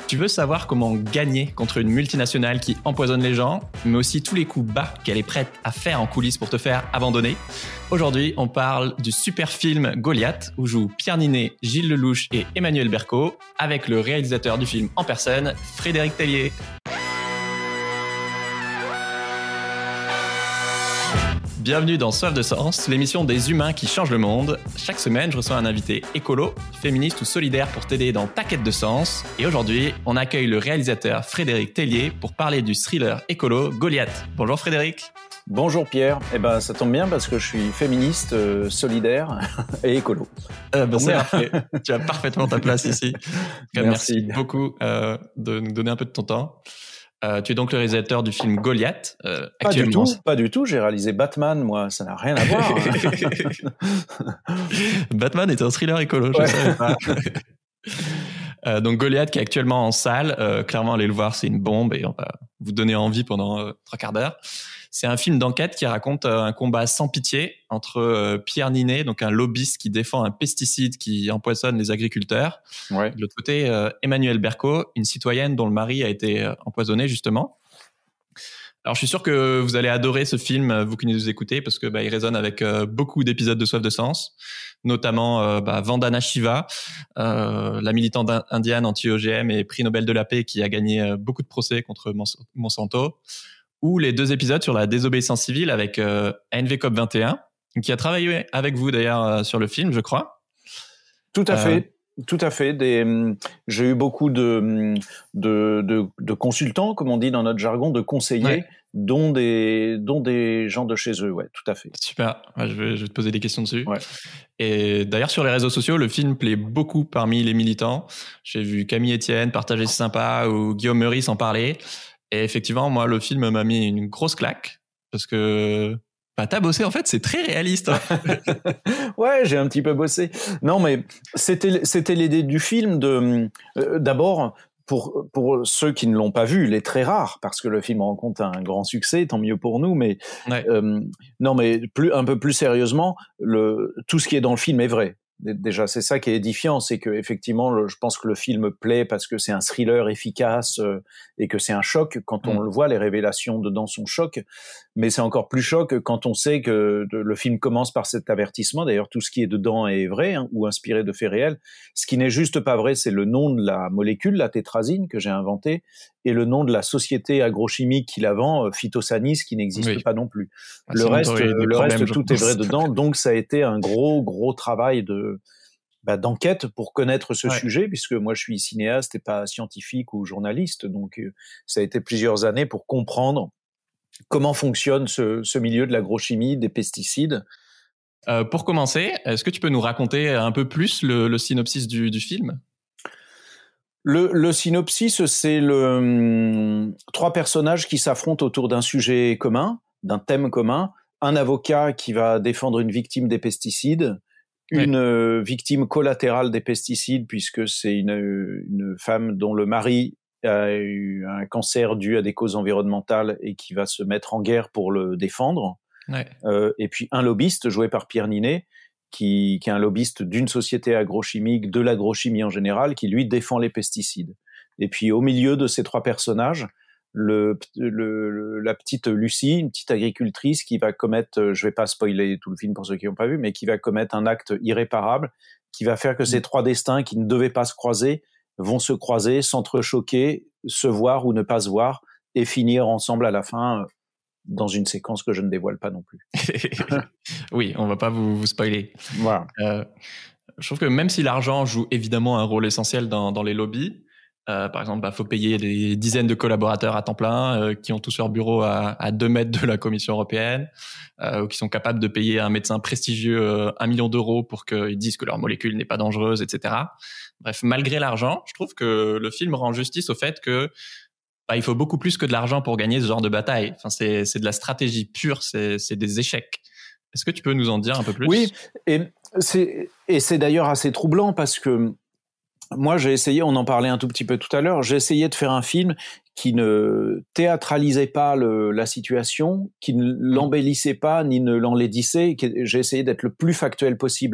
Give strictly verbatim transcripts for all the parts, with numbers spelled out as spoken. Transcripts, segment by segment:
Tu veux savoir comment gagner contre une multinationale qui empoisonne les gens, mais aussi tous les coups bas qu'elle est prête à faire en coulisses pour te faire abandonner? Aujourd'hui, on parle du super film Goliath, où jouent Pierre Ninet, Gilles Lellouche et Emmanuel Berco, avec le réalisateur du film en personne, Frédéric Tellier. Bienvenue dans Soif de Sens, l'émission des humains qui changent le monde. Chaque semaine, je reçois un invité écolo, féministe ou solidaire pour t'aider dans ta quête de sens. Et aujourd'hui, on accueille le réalisateur Frédéric Tellier pour parler du thriller écolo Goliath. Bonjour Frédéric. Bonjour Pierre. Eh ben, ça tombe bien parce que je suis féministe, euh, solidaire et écolo. Euh, ben, c'est parfait. Tu as parfaitement ta place ici. Merci. Merci beaucoup euh, de nous donner un peu de ton temps. Euh, tu es donc le réalisateur du film Goliath. Euh, pas actuellement. du tout, pas du tout. J'ai réalisé Batman, moi, ça n'a rien à voir. Batman est un thriller écolo, je ouais. savais pas. euh, donc Goliath qui est actuellement en salle. Euh, clairement, allez le voir, c'est une bombe et on va vous donner envie pendant euh, trois quarts d'heure. C'est un film d'enquête qui raconte euh, un combat sans pitié entre euh, Pierre Ninet, donc un lobbyiste qui défend un pesticide qui empoisonne les agriculteurs. Ouais. De l'autre côté, euh, Emmanuel Berco, une citoyenne dont le mari a été euh, empoisonné justement. Alors je suis sûr que vous allez adorer ce film, vous qui nous écoutez, parce que bah, il résonne avec euh, beaucoup d'épisodes de Soif de Sens, notamment euh, bah, Vandana Shiva, euh, la militante indienne anti-O G M et prix Nobel de la paix qui a gagné euh, beaucoup de procès contre Monsanto. Ou les deux épisodes sur la désobéissance civile avec euh, A N V COP vingt et un, qui a travaillé avec vous d'ailleurs euh, sur le film, je crois. Tout à euh... fait. Tout à fait. Des, j'ai eu beaucoup de, de, de, de consultants, comme on dit dans notre jargon, de conseillers, ouais. dont, des, dont des gens de chez eux. Ouais, tout à fait. Super. Ouais, je, vais, je vais te poser des questions dessus. Ouais. Et d'ailleurs, sur les réseaux sociaux, le film plaît beaucoup parmi les militants. J'ai vu Camille Etienne partager C'est sympa ou Guillaume Meurice en parler. Et effectivement, moi, le film m'a mis une grosse claque parce que bah, t'as bossé, en fait, c'est très réaliste. Hein. Ouais, j'ai un petit peu bossé. Non, mais c'était, c'était l'idée du film de, euh, d'abord, pour, pour ceux qui ne l'ont pas vu, il est très rare parce que le film rencontre un grand succès, tant mieux pour nous, mais, ouais. euh, non, mais plus, un peu plus sérieusement, le, tout ce qui est dans le film est vrai. Déjà, c'est ça qui est édifiant, c'est que effectivement, le, je pense que le film plaît parce que c'est un thriller efficace euh, et que c'est un choc. Quand on mmh. le voit, les révélations dedans sont choc, mais c'est encore plus choc quand on sait que de, le film commence par cet avertissement. D'ailleurs, tout ce qui est dedans est vrai hein, ou inspiré de faits réels. Ce qui n'est juste pas vrai, c'est le nom de la molécule, la tétrazine, que j'ai inventée, et le nom de la société agrochimique qui la vend, Phytosanis, qui n'existe oui. pas non plus. Ah, le reste, le reste, tout pense. est vrai dedans. Donc, ça a été un gros, gros travail de Bah, d'enquête pour connaître ce ouais. sujet, puisque moi je suis cinéaste et pas scientifique ou journaliste, donc euh, ça a été plusieurs années pour comprendre comment fonctionne ce, ce milieu de l'agrochimie, des pesticides. Euh, pour commencer, est-ce que tu peux nous raconter un peu plus le, le synopsis du, du film ? Le, le synopsis, c'est le, hum, trois personnages qui s'affrontent autour d'un sujet commun, d'un thème commun, un avocat qui va défendre une victime des pesticides, une ouais. euh, victime collatérale des pesticides puisque c'est une, une femme dont le mari a eu un cancer dû à des causes environnementales et qui va se mettre en guerre pour le défendre. Ouais. Euh, et puis un lobbyiste joué par Pierre Ninet qui, qui est un lobbyiste d'une société agrochimique, de l'agrochimie en général, qui lui défend les pesticides. Et puis au milieu de ces trois personnages, Le, le, la petite Lucie, une petite agricultrice qui va commettre, je vais pas spoiler tout le film pour ceux qui n'ont pas vu, mais qui va commettre un acte irréparable, qui va faire que ces trois destins qui ne devaient pas se croiser vont se croiser, s'entrechoquer, se voir ou ne pas se voir, et finir ensemble à la fin dans une séquence que je ne dévoile pas non plus. Oui, on va pas vous, vous spoiler. Voilà. Euh, je trouve que même si l'argent joue évidemment un rôle essentiel dans, dans les lobbies, Euh, par exemple, bah, faut payer des dizaines de collaborateurs à temps plein euh, qui ont tous leur bureau à, à deux mètres de la Commission européenne euh, ou qui sont capables de payer un médecin prestigieux euh, un million d'euros pour qu'ils disent que leur molécule n'est pas dangereuse, et cetera. Bref, malgré l'argent, je trouve que le film rend justice au fait que bah, il faut beaucoup plus que de l'argent pour gagner ce genre de bataille. Enfin, c'est, c'est de la stratégie pure, c'est, c'est des échecs. Est-ce que tu peux nous en dire un peu plus ? Oui, et c'est, et c'est d'ailleurs assez troublant parce que moi, j'ai essayé, on en parlait un tout petit peu tout à l'heure, j'ai essayé de faire un film qui ne théâtralisait pas le, la situation, qui ne l'embellissait pas ni ne l'enlaidissait. J'ai essayé d'être le plus factuel possible.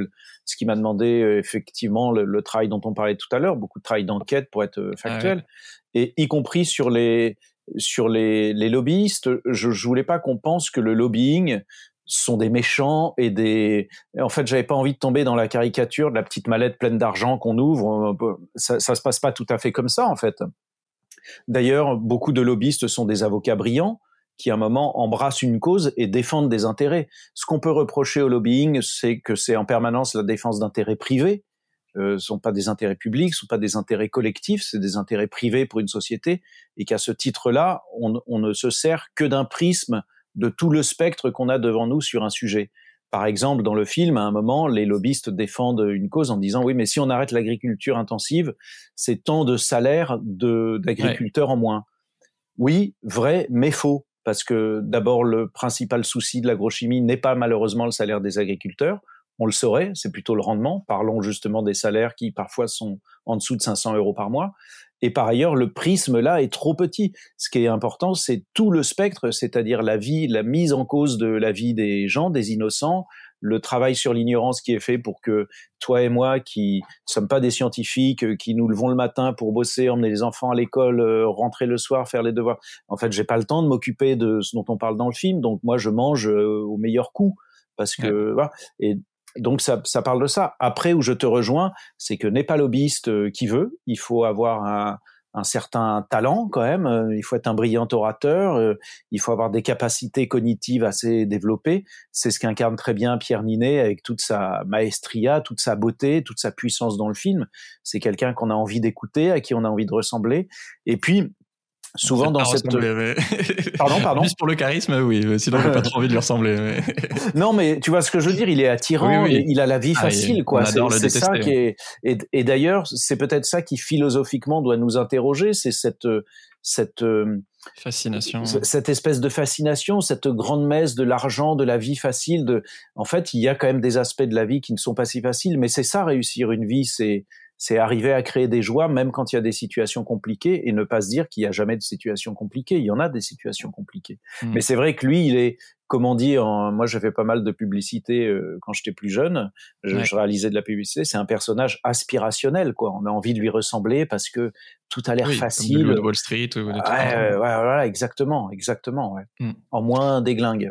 ce qui m'a demandé euh, effectivement le, le travail dont on parlait tout à l'heure, beaucoup de travail d'enquête pour être euh, factuel, ah ouais. Et y compris sur les sur les, les lobbyistes. Je, je voulais pas qu'on pense que le lobbying sont des méchants et des. En fait, j'avais pas envie de tomber dans la caricature de la petite mallette pleine d'argent qu'on ouvre. Ça, ça se passe pas tout à fait comme ça, en fait. D'ailleurs, beaucoup de lobbyistes sont des avocats brillants qui, à un moment, embrassent une cause et défendent des intérêts. Ce qu'on peut reprocher au lobbying, c'est que c'est en permanence la défense d'intérêts privés. Euh, ce sont pas des intérêts publics, ce sont pas des intérêts collectifs, c'est des intérêts privés pour une société, et qu'à ce titre-là, on, on ne se sert que d'un prisme de tout le spectre qu'on a devant nous sur un sujet. Par exemple, dans le film, à un moment, les lobbyistes défendent une cause en disant « Oui, mais si on arrête l'agriculture intensive, c'est tant de salaires de, d'agriculteurs ouais. en moins. » Oui, vrai, mais faux. Parce que d'abord, le principal souci de l'agrochimie n'est pas malheureusement le salaire des agriculteurs. On le saurait, c'est plutôt le rendement. Parlons justement des salaires qui parfois sont en dessous de cinq cents euros par mois. Et par ailleurs, le prisme là est trop petit. Ce qui est important, c'est tout le spectre, c'est-à-dire la vie, la mise en cause de la vie des gens, des innocents, le travail sur l'ignorance qui est fait pour que toi et moi, qui ne sommes pas des scientifiques, qui nous levons le matin pour bosser, emmener les enfants à l'école, rentrer le soir, faire les devoirs. En fait, j'ai pas le temps de m'occuper de ce dont on parle dans le film, donc moi je mange au meilleur coût parce que ouais. voilà. Et donc ça, ça parle de ça. Après, où je te rejoins, c'est que n'est pas lobbyiste qui veut. Il faut avoir un, un certain talent quand même. Il faut être un brillant orateur. Il faut avoir des capacités cognitives assez développées. C'est ce qu'incarne très bien Pierre Ninet avec toute sa maestria, toute sa beauté, toute sa puissance dans le film. C'est quelqu'un qu'on a envie d'écouter, à qui on a envie de ressembler. Et puis souvent dans cette mais... pardon pardon juste pour le charisme oui sinon j'ai pas trop envie de lui ressembler mais... non mais tu vois ce que je veux dire, il est attirant, oui, oui. Il a la vie ah, facile quoi, c'est, c'est ça qui est et, et d'ailleurs c'est peut-être ça qui philosophiquement doit nous interroger, c'est cette cette fascination, cette espèce de fascination, cette grande messe de l'argent, de la vie facile, de en fait il y a quand même des aspects de la vie qui ne sont pas si faciles, mais c'est ça réussir une vie, c'est c'est arriver à créer des joies même quand il y a des situations compliquées et ne pas se dire qu'il n'y a jamais de situations compliquées. Il y en a des situations compliquées. Mmh. Mais c'est vrai que lui, il est, comme on dit, en, moi j'ai fait pas mal de publicité euh, quand j'étais plus jeune, je, ouais. je réalisais de la publicité, c'est un personnage aspirationnel, quoi. On a envie de lui ressembler parce que tout a l'air oui, facile. Comme de Wall Street ou des trucs ouais, ouais, ouais, voilà, exactement, exactement. Ouais. Mmh. En moins déglingue.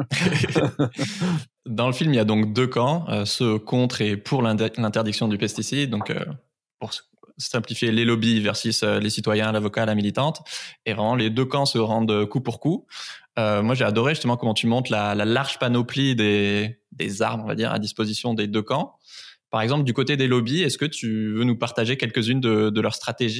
Dans le film, il y a donc deux camps, euh, ceux contre et pour l'interdiction du pesticide, donc euh, pour simplifier les lobbies versus euh, les citoyens, l'avocat, la militante, et vraiment les deux camps se rendent coup pour coup. Euh, moi, j'ai adoré justement comment tu montres la, la large panoplie des, des armes, on va dire, à disposition des deux camps. Par exemple, du côté des lobbies, est-ce que tu veux nous partager quelques-unes de, de leurs stratégies ?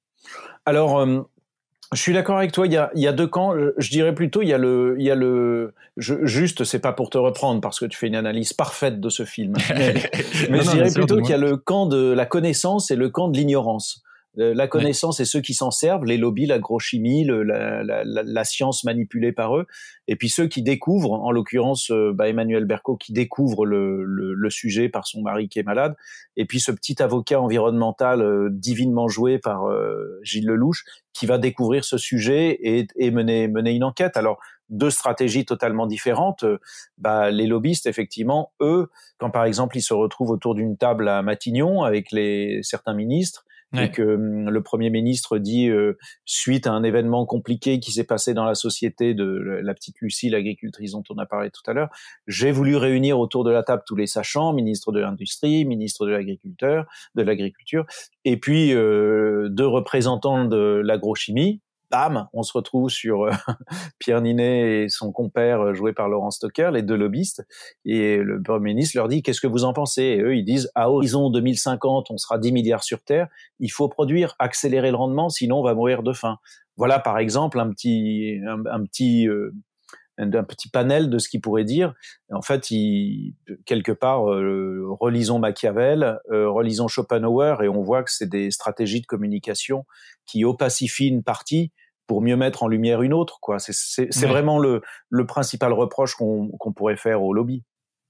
Alors, euh... je suis d'accord avec toi. Il y a, il y a deux camps. Je dirais plutôt, il y a le, il y a le. Je, juste, c'est pas pour te reprendre parce que tu fais une analyse parfaite de ce film. Mais, mais non, je dirais non, plutôt qu'il y a le camp de la connaissance et le camp de l'ignorance. La connaissance, ouais. Et ceux qui s'en servent, les lobbies, l'agrochimie, le, la, la, la, la science manipulée par eux, et puis ceux qui découvrent, en l'occurrence bah, Emmanuel Berco qui découvre le, le, le sujet par son mari qui est malade, et puis ce petit avocat environnemental euh, divinement joué par euh, Gilles Lelouch qui va découvrir ce sujet et, et mener, mener une enquête. Alors, deux stratégies totalement différentes. Bah, les lobbyistes, effectivement, eux, quand par exemple ils se retrouvent autour d'une table à Matignon avec les, certains ministres, ouais. Et que hum, le Premier ministre dit, euh, suite à un événement compliqué qui s'est passé dans la société de la petite Lucie, l'agricultrice dont on a parlé tout à l'heure, j'ai voulu réunir autour de la table tous les sachants, ministre de l'Industrie, ministre de l'Agriculture, de l'Agriculture, et puis euh, deux représentants de l'agrochimie. Bam, on se retrouve sur euh, Pierre Ninet et son compère euh, joué par Laurent Stocker, les deux lobbyistes, et le Premier ministre leur dit « Qu'est-ce que vous en pensez ?» Et eux, ils disent « À horizon deux mille cinquante, on sera dix milliards sur Terre, il faut produire, accélérer le rendement, sinon on va mourir de faim. » Voilà, par exemple, un petit, un, un petit... Euh, d'un petit panel de ce qu'il pourrait dire. En fait, il, quelque part, euh, relisons Machiavel, euh, relisons Schopenhauer, et on voit que c'est des stratégies de communication qui opacifient une partie pour mieux mettre en lumière une autre, quoi. C'est, c'est, c'est ouais. vraiment le, le principal reproche qu'on, qu'on pourrait faire au lobby.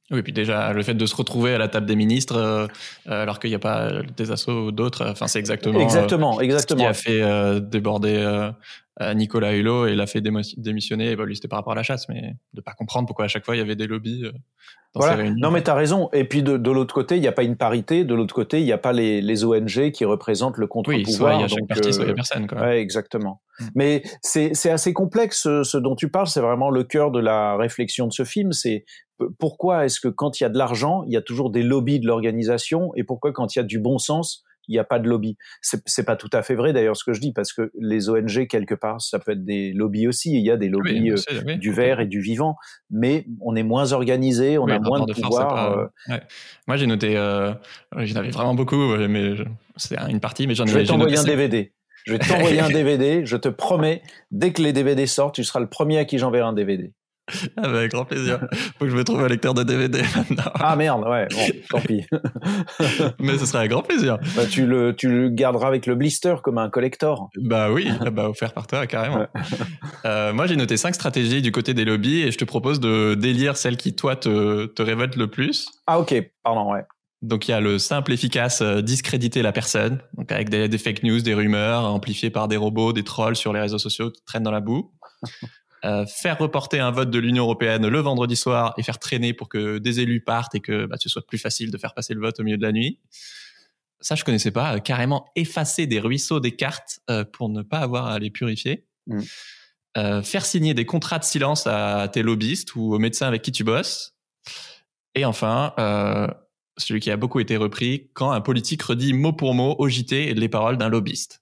Oui, puis déjà, le fait de se retrouver à la table des ministres, euh, alors qu'il n'y a pas des assos ou d'autres, enfin, c'est exactement, exactement, euh, exactement. ce qui a fait euh, déborder euh, Nicolas Hulot et l'a fait démo- démissionner. Et bah, lui, c'était par rapport à la chasse, mais de pas comprendre pourquoi à chaque fois il y avait des lobbies euh, dans Voilà. ces réunions. Non, mais tu as raison. Et puis de, de l'autre côté, il n'y a pas une parité. De l'autre côté, il n'y a pas les, les O N G qui représentent le contre-pouvoir. Oui, soit il y a chaque donc, parti, euh, soit il y a personne. Quoi. Ouais, exactement. Mm. Mais c'est, c'est assez complexe, ce, ce dont tu parles. C'est vraiment le cœur de la réflexion de ce film. C'est pourquoi est-ce que quand il y a de l'argent, il y a toujours des lobbies de l'organisation, et pourquoi quand il y a du bon sens, il n'y a pas de lobby. C'est, c'est pas tout à fait vrai d'ailleurs ce que je dis, parce que les O N G quelque part, ça peut être des lobbies aussi. Il y a des lobbies oui, euh, c'est, oui, du vert et du vivant, mais on est moins organisé, on oui, a moins de, de pouvoir. Pas... Euh... Ouais. Moi j'ai noté, euh, j'en avais vraiment beaucoup, mais je... c'est une partie, mais j'en ai. Je vais t'envoyer un cinq. D V D. Je vais t'envoyer un D V D. Je te promets, dès que les D V D sortent, tu seras le premier à qui j'enverrai un D V D. Ah bah, avec grand plaisir. Faut que je me trouve un lecteur de D V D maintenant. Ah merde, ouais, bon, tant pis. Mais ce serait avec grand plaisir. Bah, tu, le, tu le garderas avec le blister comme un collector. Bah oui, bah, offert par toi, carrément. Ouais. Euh, moi, j'ai noté cinq stratégies du côté des lobbies et je te propose de délire celle qui, toi, te, te révolte le plus. Ah ok, pardon, ouais. Donc, il y a le simple, efficace, euh, discréditer la personne, donc avec des, des fake news, des rumeurs amplifiées par des robots, des trolls sur les réseaux sociaux qui traînent dans la boue. Euh, faire reporter un vote de l'Union européenne le vendredi soir et faire traîner pour que des élus partent et que bah, ce soit plus facile de faire passer le vote au milieu de la nuit. Ça, je connaissais pas. Euh, carrément effacer des ruisseaux des cartes euh, pour ne pas avoir à les purifier. Mm. Euh, faire signer des contrats de silence à tes lobbyistes ou aux médecins avec qui tu bosses. Et enfin, euh, celui qui a beaucoup été repris, quand un politique redit mot pour mot au J T les paroles d'un lobbyiste.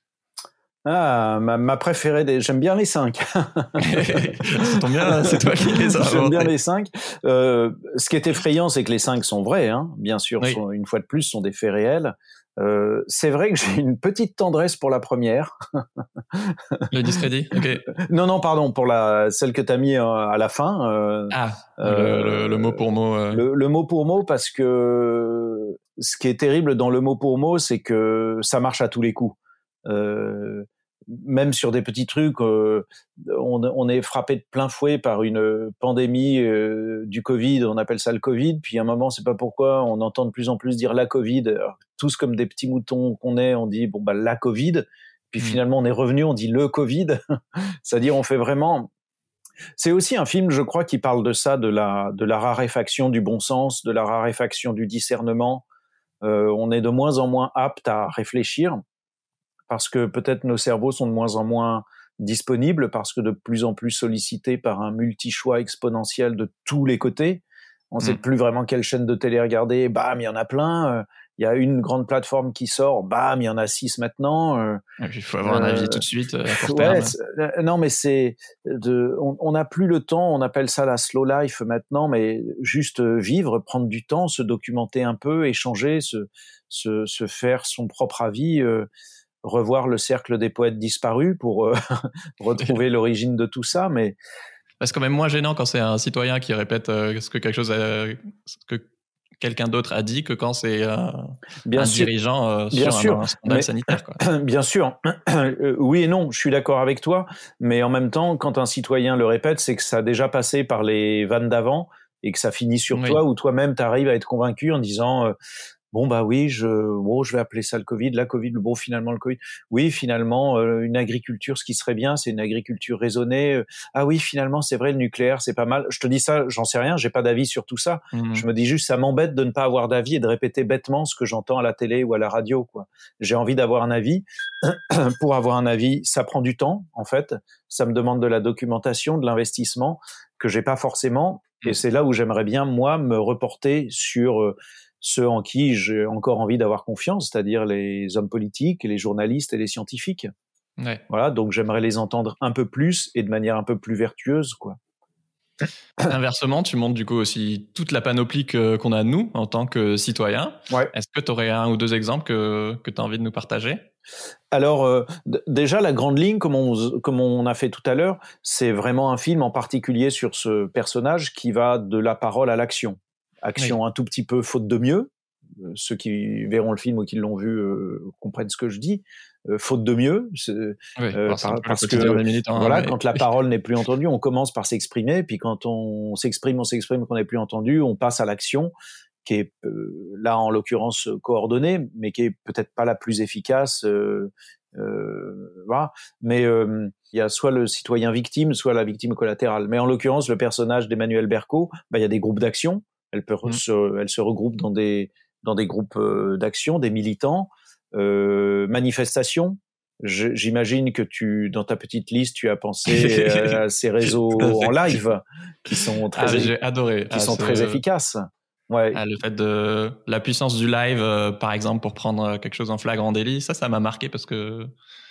Ah, ma, ma préférée, des... j'aime bien les cinq. Ça tombe bien, c'est toi qui les as inventés. J'aime bien les cinq. Euh, ce qui est effrayant, c'est que les cinq sont vrais, hein. Bien sûr, oui. sont, une fois de plus, sont des faits réels. Euh, c'est vrai que j'ai une petite tendresse pour la première. Le discrédit, ok. Non, non, pardon, pour la celle que t'as mis à la fin. Euh, ah, euh, le, le, le mot pour mot. Euh... Le, le mot pour mot, parce que ce qui est terrible dans le mot pour mot, c'est que ça marche à tous les coups. Euh, même sur des petits trucs, euh, on, on est frappé de plein fouet par une pandémie euh, du Covid, on appelle ça le Covid, puis à un moment, c'est pas pourquoi, on entend de plus en plus dire la Covid. Alors, tous comme des petits moutons qu'on est, on dit bon bah la Covid, puis mmh. finalement on est revenu, on dit le Covid, c'est-à-dire on fait vraiment... C'est aussi un film, je crois, qui parle de ça, de la, de la raréfaction du bon sens, de la raréfaction du discernement. Euh, on est de moins en moins apte à réfléchir, parce que peut-être nos cerveaux sont de moins en moins disponibles, parce que de plus en plus sollicités par un multi-choix exponentiel de tous les côtés. On ne mmh. sait plus vraiment quelle chaîne de télé regarder, bam, il y en a plein. Il y a une grande plateforme qui sort, bam, il y en a six maintenant. Il faut avoir euh, un avis tout de suite, à court ouais, terme. Non, mais c'est de, on n'a plus le temps, on appelle ça la slow life maintenant, mais juste vivre, prendre du temps, se documenter un peu, échanger, se, se, se faire son propre avis, euh, revoir le cercle des poètes disparus pour euh, retrouver l'origine de tout ça, mais... C'est quand même moins gênant quand c'est un citoyen qui répète euh, ce que quelque chose a, ce que quelqu'un d'autre a dit que quand c'est euh, un sûr. dirigeant euh, bien sur sûr. un, un scandale mais, sanitaire. Quoi. Bien sûr. Euh, oui et non, je suis d'accord avec toi, mais en même temps, quand un citoyen le répète, c'est que ça a déjà passé par les vannes d'avant et que ça finit sur oui. toi, ou toi-même, tu arrives à être convaincu en disant... Euh, Bon bah oui, je bon je vais appeler ça le Covid, la Covid, bon finalement le Covid. Oui, finalement euh, une agriculture, ce qui serait bien, c'est une agriculture raisonnée. Ah oui, finalement c'est vrai, le nucléaire, c'est pas mal. Je te dis ça, j'en sais rien, j'ai pas d'avis sur tout ça. Mmh. Je me dis juste ça m'embête de ne pas avoir d'avis et de répéter bêtement ce que j'entends à la télé ou à la radio quoi. J'ai envie d'avoir un avis. Pour avoir un avis, ça prend du temps en fait, ça me demande de la documentation, de l'investissement que j'ai pas forcément mmh. et c'est là où j'aimerais bien moi me reporter sur euh, ceux en qui j'ai encore envie d'avoir confiance, c'est-à-dire les hommes politiques, les journalistes et les scientifiques. Ouais. Voilà, donc j'aimerais les entendre un peu plus et de manière un peu plus vertueuse, quoi. Inversement, tu montres du coup aussi toute la panoplie que, qu'on a nous en tant que citoyens. Ouais. Est-ce que tu aurais un ou deux exemples que, que tu as envie de nous partager ? Alors euh, d- déjà la grande ligne, comme on, comme on a fait tout à l'heure, c'est vraiment un film en particulier sur ce personnage qui va de la parole à l'action. Action oui. un tout petit peu faute de mieux, ceux qui verront le film ou qui l'ont vu euh, comprennent ce que je dis. Euh, faute de mieux, oui, euh, par, parce que voilà, mais... quand la parole n'est plus entendue, on commence par s'exprimer, puis quand on s'exprime, on s'exprime, qu'on n'est plus entendu, on passe à l'action, qui est euh, là en l'occurrence coordonnée, mais qui est peut-être pas la plus efficace. Euh, euh, voilà. Mais euh, il y a soit le citoyen victime, soit la victime collatérale. Mais en l'occurrence, le personnage d'Emmanuelle Berco, bah, il y a des groupes d'action. Elle peut, mmh. se, elle se regroupe dans des dans des groupes euh, d'action, des militants. Euh, manifestations. Je, j'imagine que tu, dans ta petite liste, tu as pensé à ces réseaux en live qui sont très, ah, j'ai adoré. qui ah, sont très efficaces. Ouais. Ah, le fait de la puissance du live, euh, par exemple, pour prendre quelque chose en flagrant délit, ça, ça m'a marqué parce que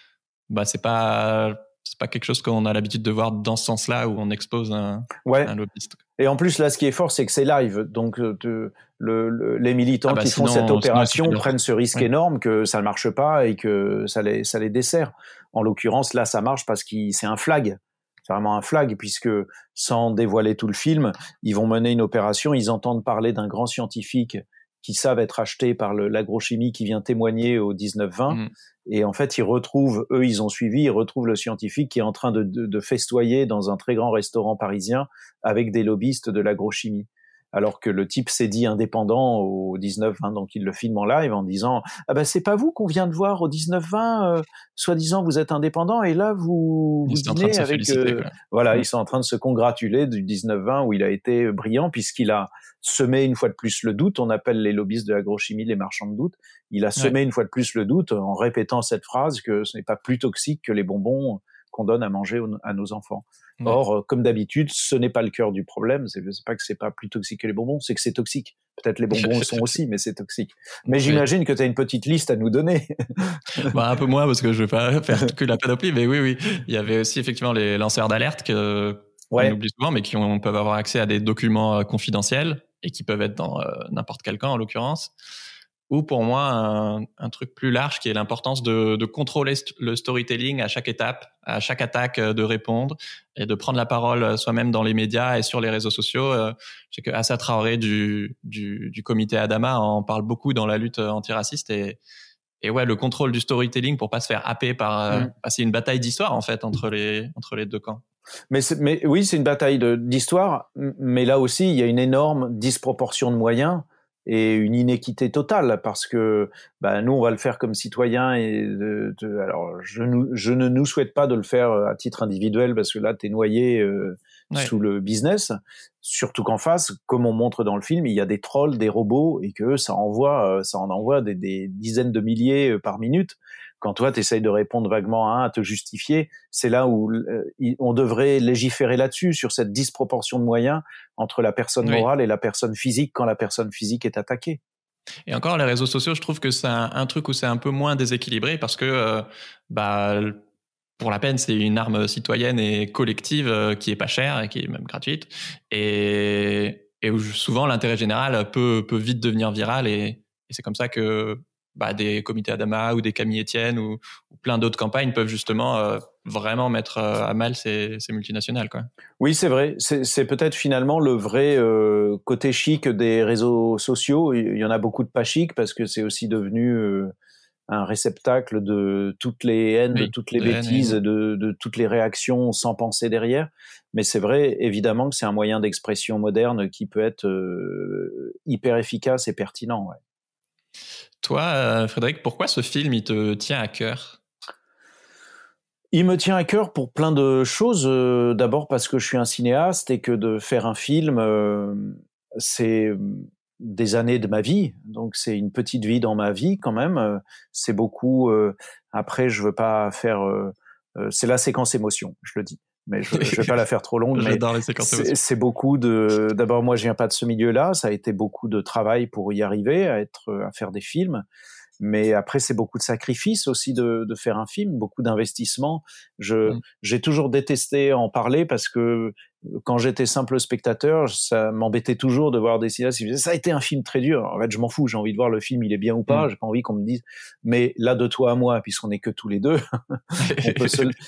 bah c'est pas c'est pas quelque chose qu'on a l'habitude de voir dans ce sens-là où on expose un, ouais. un lobbyiste. Et en plus, là, ce qui est fort, c'est que c'est live. Donc, de, le, le, les militants ah bah qui sinon, font cette opération prennent ce risque ouais. énorme que ça ne marche pas et que ça les, ça les dessert. En l'occurrence, là, ça marche parce que c'est un flag. C'est vraiment un flag, puisque sans dévoiler tout le film, ils vont mener une opération. Ils entendent parler d'un grand scientifique qui savent être acheté par le, l'agrochimie qui vient témoigner au dix-neuf vingt. Mmh. Et en fait, ils retrouvent, eux, ils ont suivi, ils retrouvent le scientifique qui est en train de, de, de festoyer dans un très grand restaurant parisien avec des lobbyistes de l'agrochimie. Alors que le type s'est dit indépendant au dix-neuf vingt, donc il le filme en live en disant « Ah ben c'est pas vous qu'on vient de voir au dix-neuf vingt, euh, soi-disant vous êtes indépendant et là vous, vous dînez avec… Euh, » Voilà, mmh. Ils sont en train de se congratuler du dix-neuf vingt où il a été brillant puisqu'il a semé une fois de plus le doute. On appelle les lobbyistes de l'agrochimie les marchands de doute. Il a semé ouais. une fois de plus le doute en répétant cette phrase que ce n'est pas plus toxique que les bonbons qu'on donne à manger à nos enfants. Ouais. Or, comme d'habitude, ce n'est pas le cœur du problème. C'est, c'est pas que c'est pas plus toxique que les bonbons, c'est que c'est toxique. Peut-être les bonbons le sont aussi, mais c'est toxique. Mais oui. J'imagine que tu as une petite liste à nous donner. Bah, un peu moins, parce que je vais pas faire que la panoplie, mais oui, oui. Il y avait aussi effectivement les lanceurs d'alerte que ouais. on oublie souvent, mais qui ont, peuvent avoir accès à des documents euh, confidentiels et qui peuvent être dans euh, n'importe quel camp, en l'occurrence. Ou pour moi, un, un truc plus large qui est l'importance de, de contrôler st- le storytelling à chaque étape, à chaque attaque, euh, de répondre et de prendre la parole soi-même dans les médias et sur les réseaux sociaux. Euh, je sais que Assa Traoré du, du, du comité Adama en parle beaucoup dans la lutte antiraciste et, et ouais, le contrôle du storytelling pour pas se faire happer par, euh, mmh. bah, c'est une bataille d'histoire en fait entre les, entre les deux camps. Mais, c'est, mais oui, c'est une bataille de, d'histoire, mais là aussi, il y a une énorme disproportion de moyens et une inéquité totale parce que bah, nous on va le faire comme citoyens et de, de, alors je, nous, je ne nous souhaite pas de le faire à titre individuel parce que là t'es noyé euh, ouais. sous le business, surtout qu'en face, comme on montre dans le film, il y a des trolls, des robots et que ça envoie ça en envoie des, des dizaines de milliers par minute. Quand toi t'essayes de répondre vaguement à un, à te justifier, c'est là où euh, on devrait légiférer là-dessus, sur cette disproportion de moyens entre la personne morale oui. et la personne physique quand la personne physique est attaquée. Et encore, les réseaux sociaux, je trouve que c'est un, un truc où c'est un peu moins déséquilibré parce que, euh, bah, pour la peine, c'est une arme citoyenne et collective euh, qui est pas chère et qui est même gratuite et, et où souvent l'intérêt général peut, peut vite devenir viral et, et c'est comme ça que bah, des comités Adama ou des Camille Etienne ou, ou plein d'autres campagnes peuvent justement euh, vraiment mettre euh, à mal ces, ces multinationales, quoi. Oui, c'est vrai. C'est, c'est peut-être finalement le vrai euh, côté chic des réseaux sociaux. Il y en a beaucoup de pas chic parce que c'est aussi devenu euh, un réceptacle de toutes les haines, oui, de toutes les de bêtises, haine, de, de toutes les réactions sans penser derrière. Mais c'est vrai, évidemment, que c'est un moyen d'expression moderne qui peut être euh, hyper efficace et pertinent. Ouais. Toi, Frédéric, pourquoi ce film, il te tient à cœur ? Il me tient à cœur pour plein de choses. Euh, d'abord parce que je suis un cinéaste et que de faire un film, euh, c'est des années de ma vie. Donc c'est une petite vie dans ma vie quand même. C'est beaucoup. Euh, après, je veux pas faire. Euh, euh, c'est la séquence émotion, je le dis. Mais je, je vais pas la faire trop longue. J'adore mais les séquences c'est, émotion. C'est beaucoup de. D'abord, moi, je viens pas de ce milieu-là. Ça a été beaucoup de travail pour y arriver, à être, à faire des films. Mais après, c'est beaucoup de sacrifices aussi de, de faire un film, beaucoup d'investissements. Je, mmh. J'ai toujours détesté en parler parce que quand j'étais simple spectateur, ça m'embêtait toujours de voir des cinéastes qui disaient « ça a été un film très dur ». En fait, je m'en fous, j'ai envie de voir le film, il est bien ou pas, mmh. j'ai pas envie qu'on me dise. Mais là, de toi à moi, puisqu'on est que tous les deux, on peut se...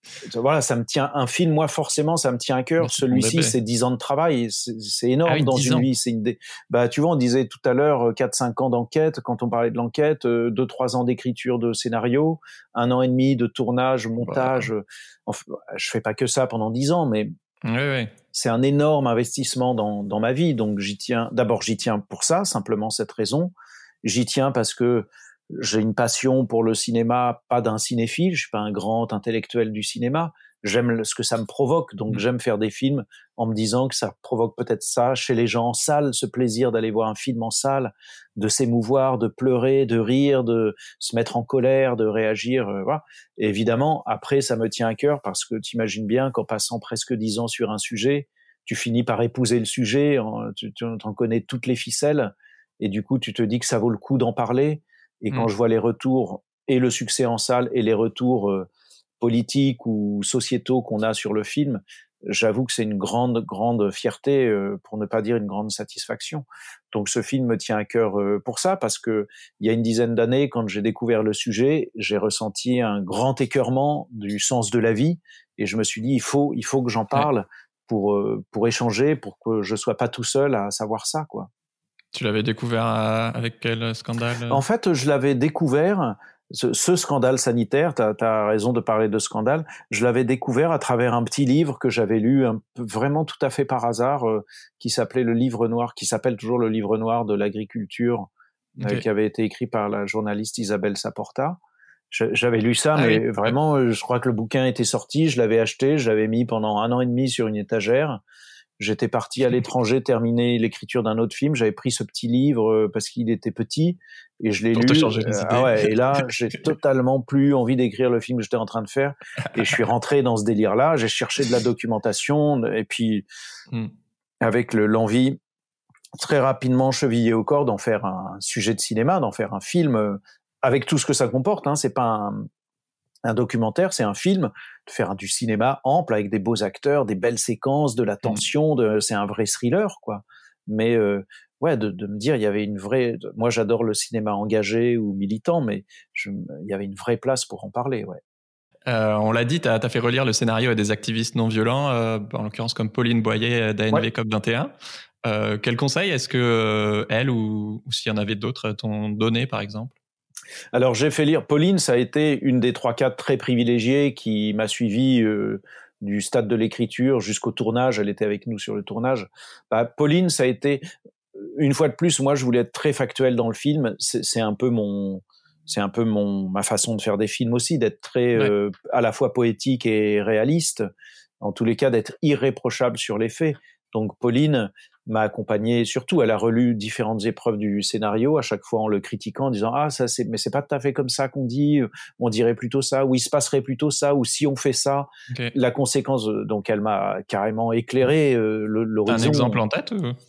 Voilà, ça me tient, un film, moi, forcément, ça me tient à cœur. C'est Celui-ci, c'est dix ans de travail. C'est, c'est énorme ah oui, dans une ans. vie. C'est une dé... bah, tu vois, on disait tout à l'heure quatre cinq ans d'enquête. Quand on parlait de l'enquête, deux trois ans d'écriture de scénario, un an et demi de tournage, montage. Bah... Enfin, je fais pas que ça pendant dix ans, mais oui, oui. C'est un énorme investissement dans, dans ma vie. Donc, j'y tiens. D'abord, j'y tiens pour ça, simplement cette raison. J'y tiens parce que j'ai une passion pour le cinéma, pas d'un cinéphile, je suis pas un grand intellectuel du cinéma, j'aime ce que ça me provoque, donc mmh. j'aime faire des films en me disant que ça provoque peut-être ça chez les gens en salle, ce plaisir d'aller voir un film en salle, de s'émouvoir, de pleurer, de rire, de se mettre en colère, de réagir, euh, voilà. Et évidemment, après, ça me tient à cœur parce que t'imagines bien qu'en passant presque dix ans sur un sujet, tu finis par épouser le sujet, tu, tu en connais toutes les ficelles, et du coup, tu te dis que ça vaut le coup d'en parler. Et quand mmh. je vois les retours et le succès en salle et les retours euh, politiques ou sociétaux qu'on a sur le film, j'avoue que c'est une grande, grande fierté, euh, pour ne pas dire une grande satisfaction. Donc ce film me tient à cœur euh, pour ça, parce que il y a une dizaine d'années, quand j'ai découvert le sujet, j'ai ressenti un grand écœurement du sens de la vie, et je me suis dit il faut, il faut que j'en parle ouais. pour euh, pour échanger, pour que je sois pas tout seul à savoir ça, quoi. Tu l'avais découvert à, avec quel scandale ? En fait, je l'avais découvert, ce, ce scandale sanitaire, tu as raison de parler de scandale, je l'avais découvert à travers un petit livre que j'avais lu un peu, vraiment tout à fait par hasard, euh, qui s'appelait Le Livre Noir, qui s'appelle toujours Le Livre Noir de l'agriculture, okay. euh, qui avait été écrit par la journaliste Isabelle Saporta. J'avais lu ça, ah mais oui. vraiment, je crois que le bouquin était sorti, je l'avais acheté, je l'avais mis pendant un an et demi sur une étagère. J'étais parti à l'étranger terminer l'écriture d'un autre film. J'avais pris ce petit livre parce qu'il était petit et je l'ai Pour lu. Te changer les euh, idées. Ah ouais, et là, j'ai totalement plus envie d'écrire le film que j'étais en train de faire. Et je suis rentré dans ce délire-là. J'ai cherché de la documentation et puis mm. avec le, l'envie très rapidement chevillée au corps d'en faire un sujet de cinéma, d'en faire un film avec tout ce que ça comporte. Hein. C'est pas un, un documentaire, c'est un film, de faire du cinéma ample avec des beaux acteurs, des belles séquences, de la tension, de, c'est un vrai thriller, quoi. Mais euh, ouais, de, de me dire, il y avait une vraie. Moi, j'adore le cinéma engagé ou militant, mais je, il y avait une vraie place pour en parler, ouais. Euh, on l'a dit, tu as fait relire le scénario à des activistes non violents, euh, en l'occurrence comme Pauline Boyer d'A N V ouais. COP vingt et un. Euh, quel conseil est-ce que euh, elle ou, ou s'il y en avait d'autres t'ont donné, par exemple ? Alors, j'ai fait lire, Pauline, ça a été une des trois quatre très privilégiées qui m'a suivi euh, du stade de l'écriture jusqu'au tournage. Elle était avec nous sur le tournage. Bah, Pauline, ça a été, une fois de plus, moi, je voulais être très factuel dans le film. C'est, c'est un peu mon, c'est un peu mon, ma façon de faire des films aussi, d'être très, ouais. euh, à la fois poétique et réaliste. En tous les cas, d'être irréprochable sur les faits. Donc, Pauline m'a accompagné, surtout elle a relu différentes épreuves du scénario, à chaque fois en le critiquant, en disant « Ah, ça c'est, mais c'est pas tout à fait comme ça qu'on dit, on dirait plutôt ça, ou il se passerait plutôt ça, ou si on fait ça. Okay. » La conséquence, donc elle m'a carrément éclairé euh, le, l'horizon. T'as un exemple en tête ou...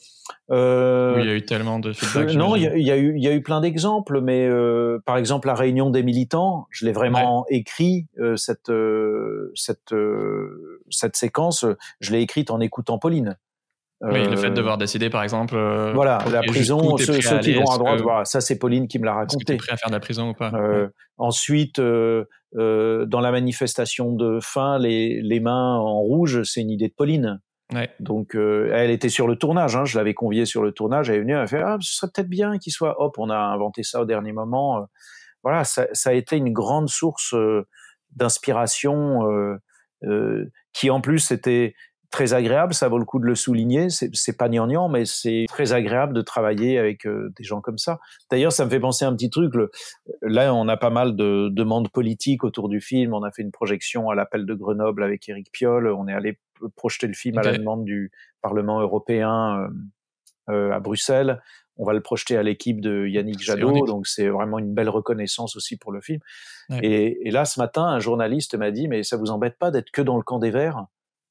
Euh, Où il y a eu tellement de feedback. Non, il y, y, a eu, il y a eu plein d'exemples, mais euh, par exemple la réunion des militants, je l'ai vraiment ouais. écrit euh, cette euh, cette euh, cette séquence, je l'ai écrite en écoutant Pauline. Oui, euh, le fait de devoir décider, par exemple. Euh, voilà, la prison, ceux, ceux qui vont à droite, que, voilà, ça c'est Pauline qui me l'a raconté. Est-ce que tu es prêt à faire de la prison ou pas ? euh, ouais. Ensuite, euh, euh, dans la manifestation de fin, les, les mains en rouge, c'est une idée de Pauline. Ouais. Donc, euh, elle était sur le tournage, hein, je l'avais conviée sur le tournage, elle est venue, elle a fait « Ah, ce serait peut-être bien qu'il soit… » Hop, on a inventé ça au dernier moment. Voilà, ça, ça a été une grande source euh, d'inspiration euh, euh, qui en plus était… très agréable, ça vaut le coup de le souligner, c'est, c'est pas gnangnan, mais c'est très agréable de travailler avec euh, des gens comme ça. D'ailleurs, ça me fait penser à un petit truc, le, là on a pas mal de demandes politiques autour du film, on a fait une projection à l'appel de Grenoble avec Éric Piolle, on est allé projeter le film okay. à la demande du Parlement européen euh, euh, à Bruxelles, on va le projeter à l'équipe de Yannick Jadot, donc c'est vraiment une belle reconnaissance aussi pour le film. Ouais. Et, et là, ce matin, un journaliste m'a dit « Mais ça vous embête pas d'être que dans le camp des Verts ?»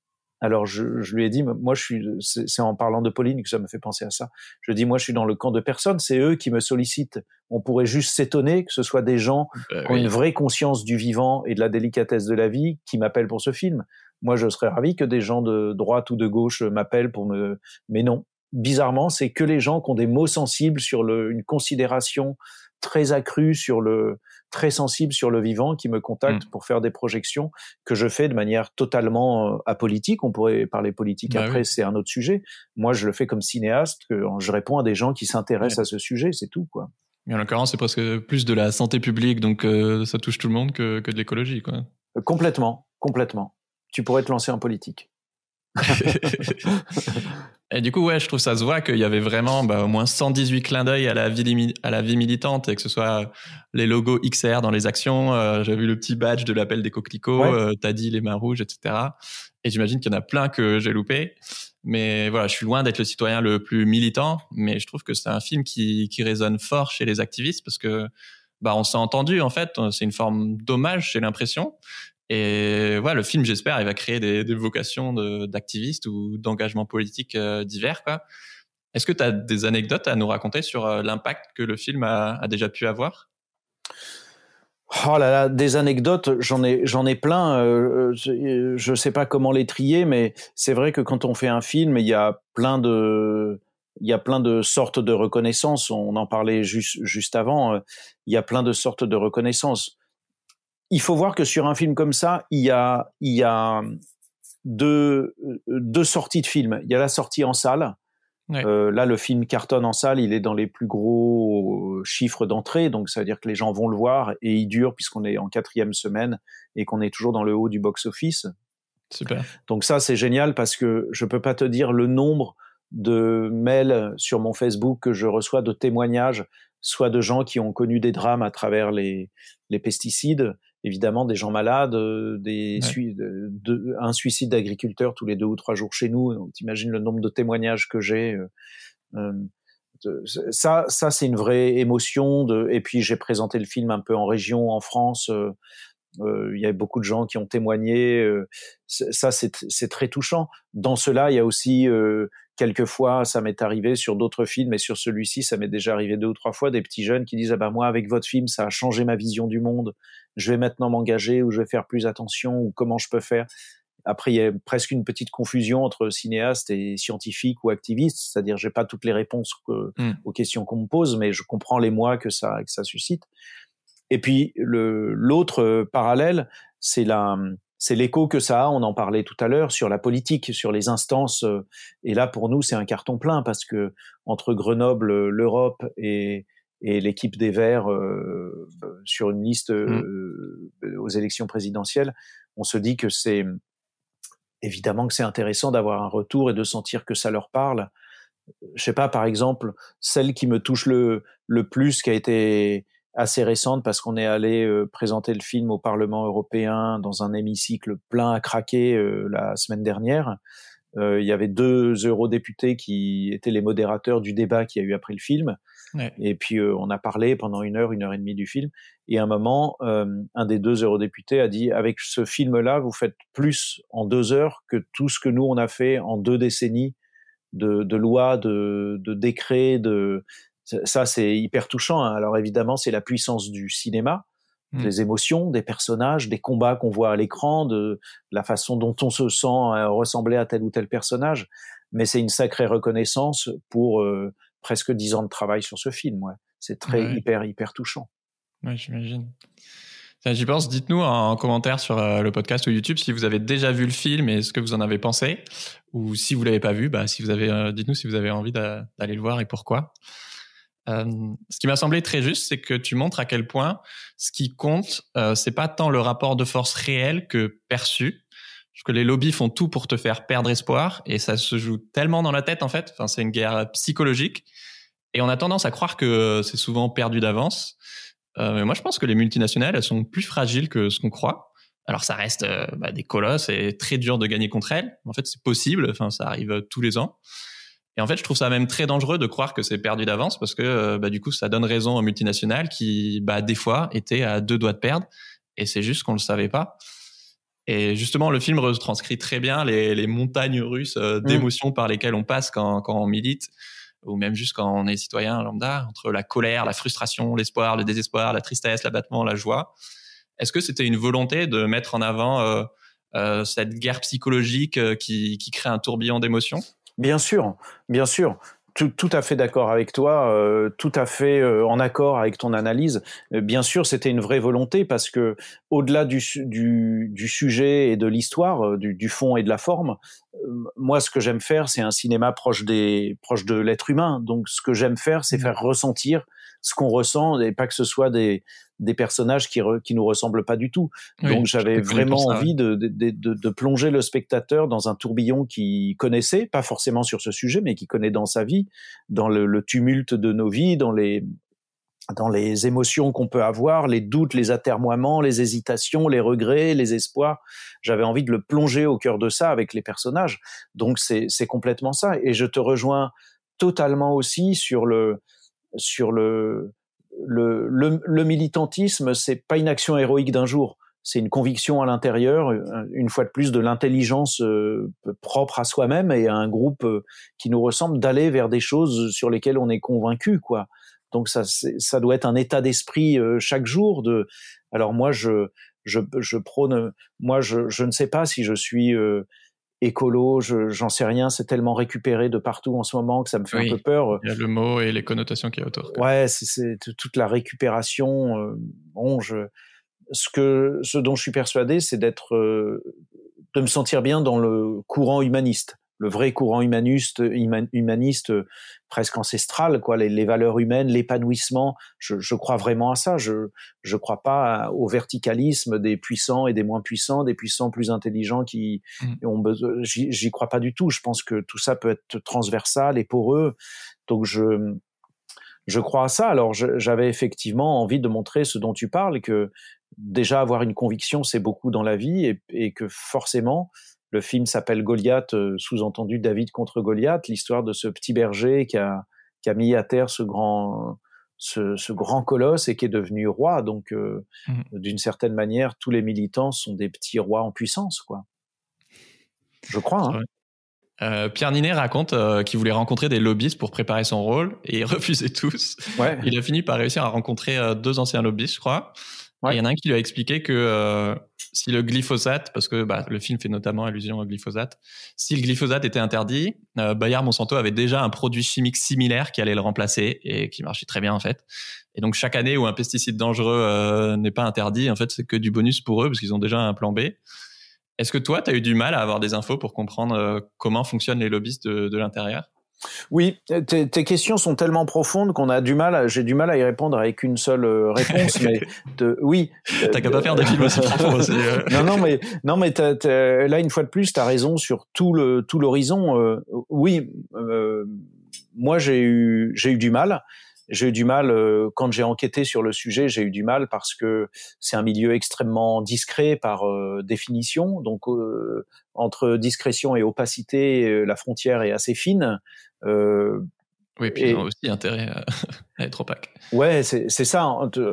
Alors je, je lui ai dit, moi je suis, c'est, c'est en parlant de Pauline que ça me fait penser à ça. Je dis, moi je suis dans le camp de personne, c'est eux qui me sollicitent. On pourrait juste s'étonner que ce soit des gens euh, qui ont oui. une vraie conscience du vivant et de la délicatesse de la vie qui m'appellent pour ce film. Moi je serais ravi que des gens de droite ou de gauche m'appellent pour me, mais non. Bizarrement, c'est que les gens qui ont des mots sensibles sur le, une considération très accrus sur le, très sensibles sur le vivant qui me contactent mmh. pour faire des projections que je fais de manière totalement euh, apolitique. On pourrait parler politique bah après, oui. c'est un autre sujet. Moi, je le fais comme cinéaste, que je réponds à des gens qui s'intéressent ouais. à ce sujet, c'est tout, quoi. Mais en l'occurrence, c'est presque plus de la santé publique, donc euh, ça touche tout le monde que, que de l'écologie, quoi. Euh, complètement, complètement. Tu pourrais te lancer en politique. Et du coup, ouais, je trouve ça se voit qu'il y avait vraiment bah, au moins cent dix-huit clins d'œil à la vie, à la vie militante, et que ce soit les logos X R dans les actions, euh, j'avais vu le petit badge de l'appel des coquelicots, ouais. euh, t'as dit les mains rouges, et cetera. Et j'imagine qu'il y en a plein que j'ai loupé. Mais voilà, je suis loin d'être le citoyen le plus militant, mais je trouve que c'est un film qui, qui résonne fort chez les activistes parce que bah, on s'est entendu, en fait, c'est une forme d'hommage, j'ai l'impression. Et voilà, le film, j'espère, il va créer des, des vocations de, d'activistes ou d'engagement politique euh, divers, quoi. Est-ce que tu as des anecdotes à nous raconter sur euh, l'impact que le film a, a déjà pu avoir ? Oh là là, des anecdotes, j'en ai, j'en ai plein. Euh, je sais pas comment les trier, mais c'est vrai que quand on fait un film, il y a plein de, il y a plein de sortes de reconnaissance. On en parlait juste, juste avant. Il y a plein de sortes de reconnaissance. Il faut voir que sur un film comme ça, il y a, il y a deux, deux sorties de films. Il y a la sortie en salle. Ouais. Euh, là, le film cartonne en salle, il est dans les plus gros chiffres d'entrée, donc ça veut dire que les gens vont le voir et il dure puisqu'on est en quatrième semaine et qu'on est toujours dans le haut du box-office. Super. Donc ça, c'est génial parce que je peux pas te dire le nombre de mails sur mon Facebook que je reçois de témoignages, soit de gens qui ont connu des drames à travers les, les pesticides, évidemment des gens malades, des ouais. sui- de, de, un suicide d'agriculteur tous les deux ou trois jours chez nous. Donc, t'imagines le nombre de témoignages que j'ai. Euh, euh, de, ça, ça c'est une vraie émotion. De, et puis j'ai présenté le film un peu en région, en France. Euh, euh, il y a beaucoup de gens qui ont témoigné. Euh, ça, c'est, c'est très touchant. Dans cela, il y a aussi euh, quelquefois, ça m'est arrivé sur d'autres films, et sur celui-ci, ça m'est déjà arrivé deux ou trois fois, des petits jeunes qui disent « Ah ben moi, avec votre film, ça a changé ma vision du monde. Je vais maintenant m'engager, ou je vais faire plus attention, ou comment je peux faire ?» Après, il y a presque une petite confusion entre cinéaste et scientifique ou activiste, c'est-à-dire j'ai pas toutes les réponses que, mm. aux questions qu'on me pose, mais je comprends l'émoi que ça, que ça suscite. Et puis le, l'autre euh, parallèle, c'est la, c'est l'écho que ça a. On en parlait tout à l'heure sur la politique, sur les instances. Euh, et là, pour nous, c'est un carton plein parce que entre Grenoble, l'Europe et, et l'équipe des Verts euh, sur une liste euh, mmh. aux élections présidentielles, on se dit que c'est évidemment que c'est intéressant d'avoir un retour et de sentir que ça leur parle. Je sais pas, par exemple, celle qui me touche le, le plus, qui a été assez récente parce qu'on est allé euh, présenter le film au Parlement européen dans un hémicycle plein à craquer euh, la semaine dernière. Euh, il y avait deux eurodéputés qui étaient les modérateurs du débat qu'il y a eu après le film. Ouais. Et puis euh, on a parlé pendant une heure, une heure et demie du film. Et à un moment, euh, un des deux eurodéputés a dit « Avec ce film-là, vous faites plus en deux heures que tout ce que nous, on a fait en deux décennies de, de lois, de, de décrets, de... » Ça, c'est hyper touchant. Hein. Alors évidemment, c'est la puissance du cinéma, mmh. des émotions, des personnages, des combats qu'on voit à l'écran, de la façon dont on se sent euh, ressembler à tel ou tel personnage. Mais c'est une sacrée reconnaissance pour euh, presque dix ans de travail sur ce film. Ouais. C'est très ouais. hyper, hyper touchant. Ouais, j'imagine. Ça, j'y pense. Dites-nous en commentaire sur euh, le podcast ou YouTube si vous avez déjà vu le film et ce que vous en avez pensé. Ou si vous l'avez pas vu, bah, si vous avez, euh, dites-nous si vous avez envie d'a- d'aller le voir et pourquoi. Euh, ce qui m'a semblé très juste, c'est que tu montres à quel point ce qui compte, euh, c'est pas tant le rapport de force réel que perçu. Parce que les lobbies font tout pour te faire perdre espoir et ça se joue tellement dans la tête en fait. Enfin, c'est une guerre psychologique et on a tendance à croire que c'est souvent perdu d'avance. Euh, mais moi, je pense que les multinationales, elles sont plus fragiles que ce qu'on croit. Alors, ça reste euh, bah, des colosses et très dur de gagner contre elles. En fait, c'est possible. Enfin, ça arrive tous les ans. Et en fait, je trouve ça même très dangereux de croire que c'est perdu d'avance parce que euh, bah, du coup, ça donne raison aux multinationales qui, bah, des fois, étaient à deux doigts de perdre. Et c'est juste qu'on le savait pas. Et justement, le film retranscrit très bien les, les montagnes russes euh, d'émotions mmh. par lesquelles on passe quand, quand on milite, ou même juste quand on est citoyen lambda, entre la colère, la frustration, l'espoir, le désespoir, la tristesse, l'abattement, la joie. Est-ce que c'était une volonté de mettre en avant euh, euh, cette guerre psychologique euh, qui, qui crée un tourbillon d'émotions ? Bien sûr, bien sûr. tout, tout à fait d'accord avec toi, euh, tout à fait euh, en accord avec ton analyse. Euh, bien sûr, c'était une vraie volonté parce que au-delà du, du, du sujet et de l'histoire, euh, du, du fond et de la forme, euh, moi, ce que j'aime faire, c'est un cinéma proche des, proche de l'être humain. Donc, ce que j'aime faire, c'est faire ressentir ce qu'on ressent et pas que ce soit des des personnages qui, re, qui nous ressemblent pas du tout. Oui, donc j'avais vraiment ça, envie ouais. de, de, de, de plonger le spectateur dans un tourbillon qu'il connaissait, pas forcément sur ce sujet, mais qu'il connaît dans sa vie, dans le, le tumulte de nos vies, dans les, dans les émotions qu'on peut avoir, les doutes, les atermoiements, les hésitations, les regrets, les espoirs. J'avais envie de le plonger au cœur de ça avec les personnages. Donc c'est, c'est complètement ça. Et je te rejoins totalement aussi sur le, sur le, Le, le, le militantisme, c'est pas une action héroïque d'un jour, c'est une conviction à l'intérieur, une fois de plus de l'intelligence euh, propre à soi-même et à un groupe euh, qui nous ressemble, d'aller vers des choses sur lesquelles on est convaincu, quoi. Donc ça, ça doit être un état d'esprit euh, chaque jour. De, alors moi, je, je, je prône, moi, je, je ne sais pas si je suis euh, écolo, je, j'en sais rien, c'est tellement récupéré de partout en ce moment que ça me fait Oui, un peu peur. il y a le mot et les connotations qu'il y a autour. Quoi. Ouais, c'est, c'est toute la récupération. Euh, bon, je, ce que, ce dont je suis persuadé, c'est d'être, euh, de me sentir bien dans le courant humaniste, le vrai courant humaniste, humaniste euh, presque ancestral, quoi, les, les valeurs humaines, l'épanouissement. Je, je crois vraiment à ça. Je, je crois pas au verticalisme des puissants et des moins puissants, des puissants plus intelligents qui mmh. ont besoin. J'y, j'y crois pas du tout. Je pense que tout ça peut être transversal et poreux. Donc je Je crois à ça. Alors, je, j'avais effectivement envie de montrer ce dont tu parles, que déjà avoir une conviction, c'est beaucoup dans la vie, et, et que forcément, le film s'appelle Goliath, euh, sous-entendu David contre Goliath, l'histoire de ce petit berger qui a, qui a mis à terre ce grand, ce, ce grand colosse et qui est devenu roi. Donc, euh, mmh. d'une certaine manière, tous les militants sont des petits rois en puissance, quoi. Je crois, hein. Euh, Pierre Ninet raconte euh, qu'il voulait rencontrer des lobbyistes pour préparer son rôle et il refusait tous. Ouais. Il a fini par réussir à rencontrer euh, deux anciens lobbyistes, je crois. Ouais. Et il y en a un qui lui a expliqué que euh, si le glyphosate, parce que bah, le film fait notamment allusion au glyphosate, si le glyphosate était interdit, euh, Bayer Monsanto avait déjà un produit chimique similaire qui allait le remplacer et qui marchait très bien en fait. Et donc chaque année où un pesticide dangereux euh, n'est pas interdit, en fait c'est que du bonus pour eux parce qu'ils ont déjà un plan B. Est-ce que toi, tu as eu du mal à avoir des infos pour comprendre euh, comment fonctionnent les lobbyistes de, de l'intérieur ? Oui, tes, tes questions sont tellement profondes qu'on a du mal, à, j'ai du mal à y répondre avec une seule réponse. Mais de, oui. T'as qu'à pas faire des films aussi profonds aussi. Euh. non, non, mais non, mais t'as, t'as, là une fois de plus, t'as raison sur tout le tout l'horizon. Euh, oui, euh, moi j'ai eu j'ai eu du mal. J'ai eu du mal euh, quand j'ai enquêté sur le sujet. J'ai eu du mal parce que c'est un milieu extrêmement discret par euh, définition. Donc euh, entre discrétion et opacité, euh, la frontière est assez fine. Euh, oui, puis et, ils ont aussi intérêt à, à être opaque. Ouais, c'est, c'est ça.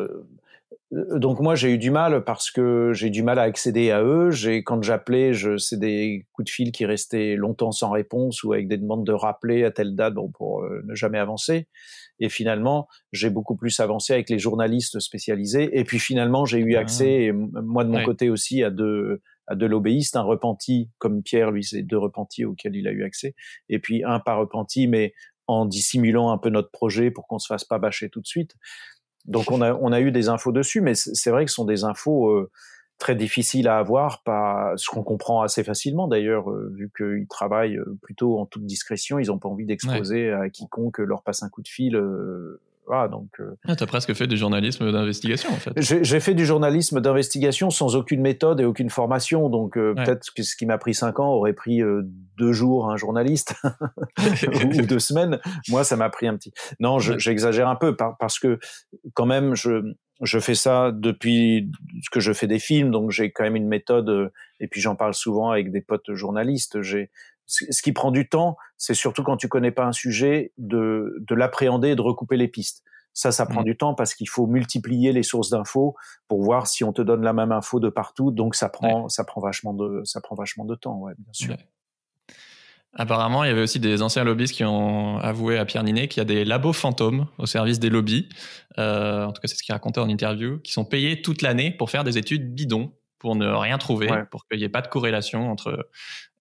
Donc moi j'ai eu du mal parce que j'ai du mal à accéder à eux. J'ai, quand j'appelais, je, c'est des coups de fil qui restaient longtemps sans réponse ou avec des demandes de rappeler à telle date, bon, pour euh, ne jamais avancer. Et finalement, j'ai beaucoup plus avancé avec les journalistes spécialisés. Et puis finalement, j'ai eu accès, et moi de mon ouais. côté aussi, à deux, à deux lobbyistes, un repenti comme Pierre, lui, c'est deux repentis auxquels il a eu accès, et puis un pas repenti, mais en dissimulant un peu notre projet pour qu'on se fasse pas bâcher tout de suite. Donc on a on a eu des infos dessus, mais c'est vrai que ce sont des infos euh, très difficiles à avoir, pas ce qu'on comprend assez facilement d'ailleurs, euh, vu qu'ils travaillent plutôt en toute discrétion, ils n'ont pas envie d'exposer ouais. à quiconque leur passe un coup de fil. Euh, voilà, donc. Euh, ah, t'as presque fait du journalisme d'investigation en fait. J'ai, j'ai fait du journalisme d'investigation sans aucune méthode et aucune formation, donc euh, ouais. peut-être que ce qui m'a pris cinq ans aurait pris euh, deux jours un journaliste ou deux semaines. Moi, ça m'a pris un petit. Non, je, ouais. j'exagère un peu par, parce que quand même, je je fais ça depuis que je fais des films, donc j'ai quand même une méthode. Euh, et puis j'en parle souvent avec des potes journalistes. J'ai ce qui prend du temps, c'est surtout quand tu connais pas un sujet, de, de l'appréhender et de recouper les pistes. Ça, ça prend mmh. du temps parce qu'il faut multiplier les sources d'infos pour voir si on te donne la même info de partout. Donc ça prend, ouais. ça prend vachement de, ça prend vachement de temps, ouais, bien sûr. Ouais. Apparemment, il y avait aussi des anciens lobbyistes qui ont avoué à Pierre Ninet qu'il y a des labos fantômes au service des lobbies. Euh, en tout cas, c'est ce qu'il racontait en interview, qui sont payés toute l'année pour faire des études bidons, pour ne rien trouver, ouais. pour qu'il n'y ait pas de corrélation entre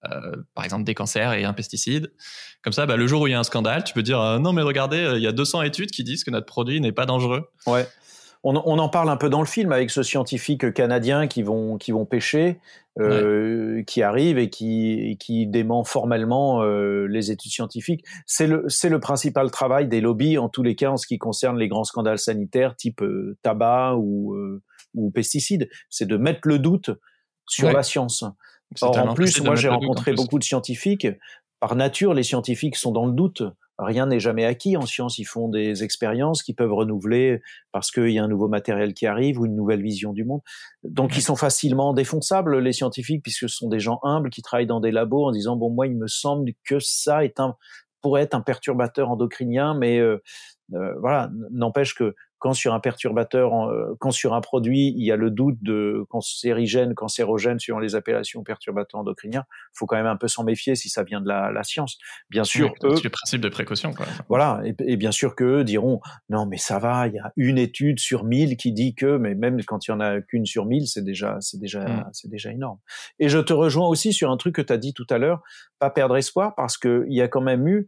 euh, par exemple des cancers et un pesticide. Comme ça, bah, le jour où il y a un scandale, tu peux dire euh, non mais regardez, il y a deux cents études qui disent que notre produit n'est pas dangereux. Ouais. On, on en parle un peu dans le film avec ce scientifique canadien qui vont qui vont pêcher, euh, ouais. qui arrive et qui et qui dément formellement euh, les études scientifiques. C'est le c'est le principal travail des lobbies en tous les cas en ce qui concerne les grands scandales sanitaires type euh, tabac ou euh, ou pesticides, c'est de mettre le doute sur ouais. la science. Or en plus, moi j'ai rencontré beaucoup de scientifiques. Par nature, les scientifiques sont dans le doute. Rien n'est jamais acquis en science. Ils font des expériences qui peuvent renouveler parce qu'il y a un nouveau matériel qui arrive ou une nouvelle vision du monde. Donc, ouais. ils sont facilement défonçables, les scientifiques, puisque ce sont des gens humbles qui travaillent dans des labos en disant, bon, moi, il me semble que ça est un, pourrait être un perturbateur endocrinien, mais euh, euh, voilà, n'empêche que quand sur un perturbateur, euh, quand sur un produit, il y a le doute de cancérigène, cancérogène, suivant les appellations perturbateurs endocriniens, il faut quand même un peu s'en méfier si ça vient de la, la science. Bien sûr, oui, eux, c'est le principe de précaution, quoi. Voilà, et, et bien sûr qu'eux diront non, mais ça va, il y a une étude sur mille qui dit que, mais même quand il y en a qu'une sur mille, c'est déjà, c'est déjà, mmh. c'est déjà énorme. Et je te rejoins aussi sur un truc que tu as dit tout à l'heure, pas perdre espoir, parce que il y a quand même eu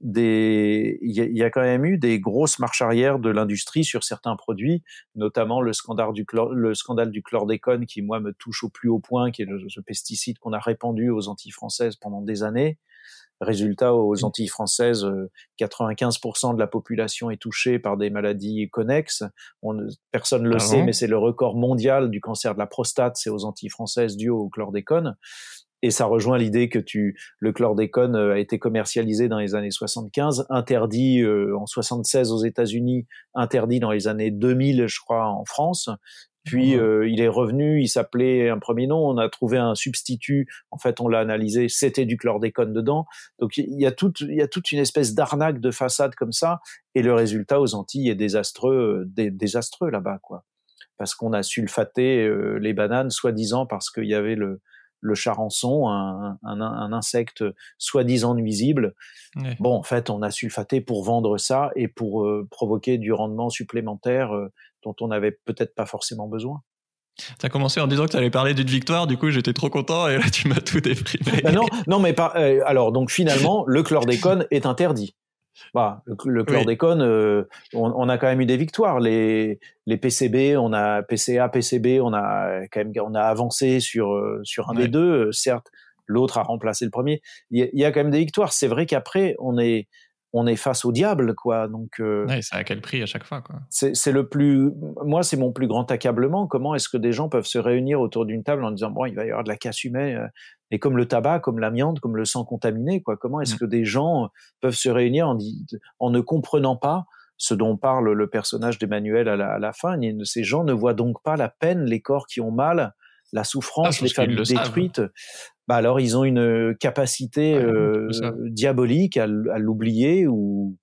des, il y, a, il y a quand même eu des grosses marches arrière de l'industrie sur certains produits, notamment le scandale du chlor, le scandale du chlordécone qui moi me touche au plus haut point, qui est le, ce pesticide qu'on a répandu aux Antilles françaises pendant des années. Résultat, aux Antilles françaises, quatre-vingt-quinze pour cent de la population est touchée par des maladies connexes. On, personne ne le ah sait, bon mais c'est le record mondial du cancer de la prostate, c'est aux Antilles françaises dû au chlordécone. Et ça rejoint l'idée que tu, le chlordécone a été commercialisé dans les années soixante-quinze, interdit euh, en soixante-seize aux États-Unis, interdit dans les années deux mille, je crois, en France. Puis euh, il est revenu, il s'appelait un premier nom, on a trouvé un substitut, en fait on l'a analysé, c'était du chlordécone dedans. Donc il y a toute, il y a toute une espèce d'arnaque de façade comme ça, et le résultat aux Antilles est désastreux, dé, désastreux là-bas, quoi. Parce qu'on a sulfaté euh, les bananes, soi-disant parce qu'il y avait le le charançon, un, un, un insecte soi-disant nuisible. Oui. Bon, en fait, on a sulfaté pour vendre ça et pour euh, provoquer du rendement supplémentaire euh, dont on n'avait peut-être pas forcément besoin. Tu as commencé en disant que tu allais parler d'une victoire, du coup j'étais trop content et là tu m'as tout déprimé. Ben non, non, mais pas. Euh, alors donc finalement, le chlordécone est interdit. Bah, le, le chlordécone, oui. euh, on, on a quand même eu des victoires. Les, les P C B, on a P C A, P C B, on a quand même, on a avancé sur sur un ouais. des deux. Certes, l'autre a remplacé le premier. Il y a, il y a quand même des victoires. C'est vrai qu'après, on est on est face au diable, quoi. Donc, euh, ouais, c'est à quel prix à chaque fois, quoi. C'est, c'est le plus. Moi, c'est mon plus grand accablement. Comment est-ce que des gens peuvent se réunir autour d'une table en disant bon, il va y avoir de la casse humaine. Et comme le tabac, comme l'amiante, comme le sang contaminé, quoi. Comment est-ce mmh. que des gens peuvent se réunir en, en ne comprenant pas ce dont parle le personnage d'Emmanuel à la, à la fin? Ces gens ne voient donc pas la peine, les corps qui ont mal, la souffrance, ah, les familles détruites. Savent. Bah alors, ils ont une capacité ouais, euh, diabolique à, à l'oublier ou,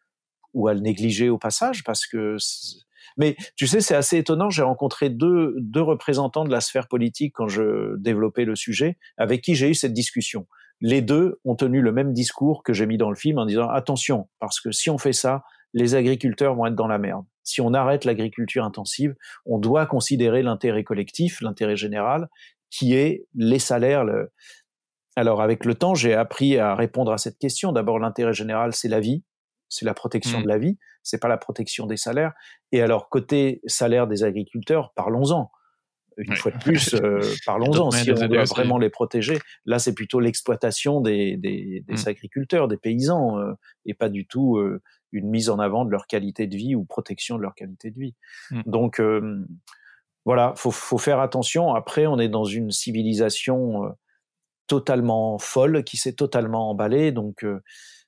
ou à le négliger au passage, parce que. Mais tu sais, c'est assez étonnant. J'ai rencontré deux, deux représentants de la sphère politique quand je développais le sujet, avec qui j'ai eu cette discussion. Les deux ont tenu le même discours que j'ai mis dans le film en disant attention, parce que si on fait ça, les agriculteurs vont être dans la merde. Si on arrête l'agriculture intensive, on doit considérer l'intérêt collectif, l'intérêt général, qui est les salaires. Le... Alors, avec le temps, j'ai appris à répondre à cette question. D'abord, l'intérêt général, c'est la vie. C'est la protection mmh. de la vie, c'est pas la protection des salaires. Et alors, côté salaire des agriculteurs, parlons-en. Une oui. fois de plus, euh, parlons-en. Si on doit vraiment les protéger, là, c'est plutôt l'exploitation des, des, des mmh. agriculteurs, des paysans, euh, et pas du tout euh, une mise en avant de leur qualité de vie ou protection de leur qualité de vie. Mmh. Donc, euh, voilà, faut, faut faire attention. Après, on est dans une civilisation euh, totalement folle, qui s'est totalement emballée, donc... Euh,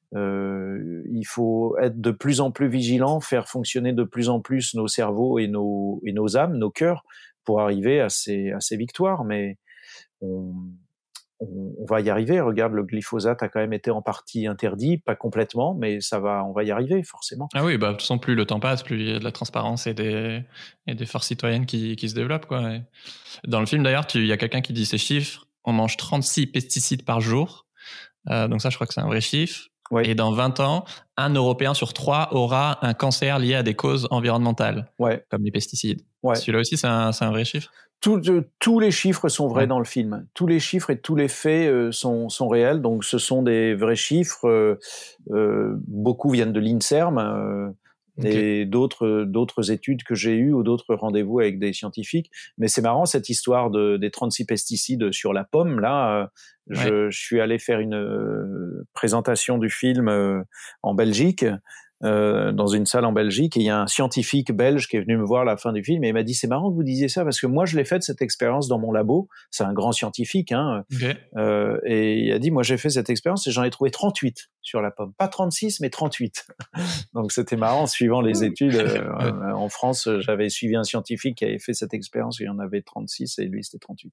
Euh, il faut être de plus en plus vigilant, faire fonctionner de plus en plus nos cerveaux et nos, et nos âmes, nos cœurs, pour arriver à ces, à ces victoires. Mais on, on, on va y arriver. Regarde, le glyphosate a quand même été en partie interdit, pas complètement, mais ça va, on va y arriver forcément. Ah oui, bah de toute façon, plus le temps passe, plus il y a de la transparence et des, et des forces citoyennes qui, qui se développent, quoi. Et dans le film, d'ailleurs, il y a quelqu'un qui dit ces chiffres. On mange trente-six pesticides par jour. Euh, donc ça, je crois que c'est un vrai chiffre. Ouais. Et dans vingt ans, un Européen sur trois aura un cancer lié à des causes environnementales, ouais. comme les pesticides. Ouais. Celui-là aussi, c'est un, c'est un vrai chiffre? Tout, de, tous les chiffres sont vrais ouais. dans le film. Tous les chiffres et tous les faits euh, sont, sont réels. Donc, ce sont des vrais chiffres. Euh, euh, beaucoup viennent de l'INSERM euh, okay. et d'autres, d'autres études que j'ai eues ou d'autres rendez-vous avec des scientifiques. Mais c'est marrant, cette histoire de, des trente-six pesticides sur la pomme. Là, euh, je, ouais. je suis allé faire une euh, présentation du film euh, en Belgique. Euh, dans une salle en Belgique, et il y a un scientifique belge qui est venu me voir à la fin du film et il m'a dit, c'est marrant que vous disiez ça parce que moi je l'ai fait cette expérience dans mon labo, c'est un grand scientifique, hein, okay. euh, et il a dit, moi j'ai fait cette expérience et j'en ai trouvé trente-huit sur la pomme, pas trente-six mais trente-huit. Donc c'était marrant, suivant les études, euh, ouais. en France j'avais suivi un scientifique qui avait fait cette expérience, il y en avait trente-six et lui c'était trente-huit.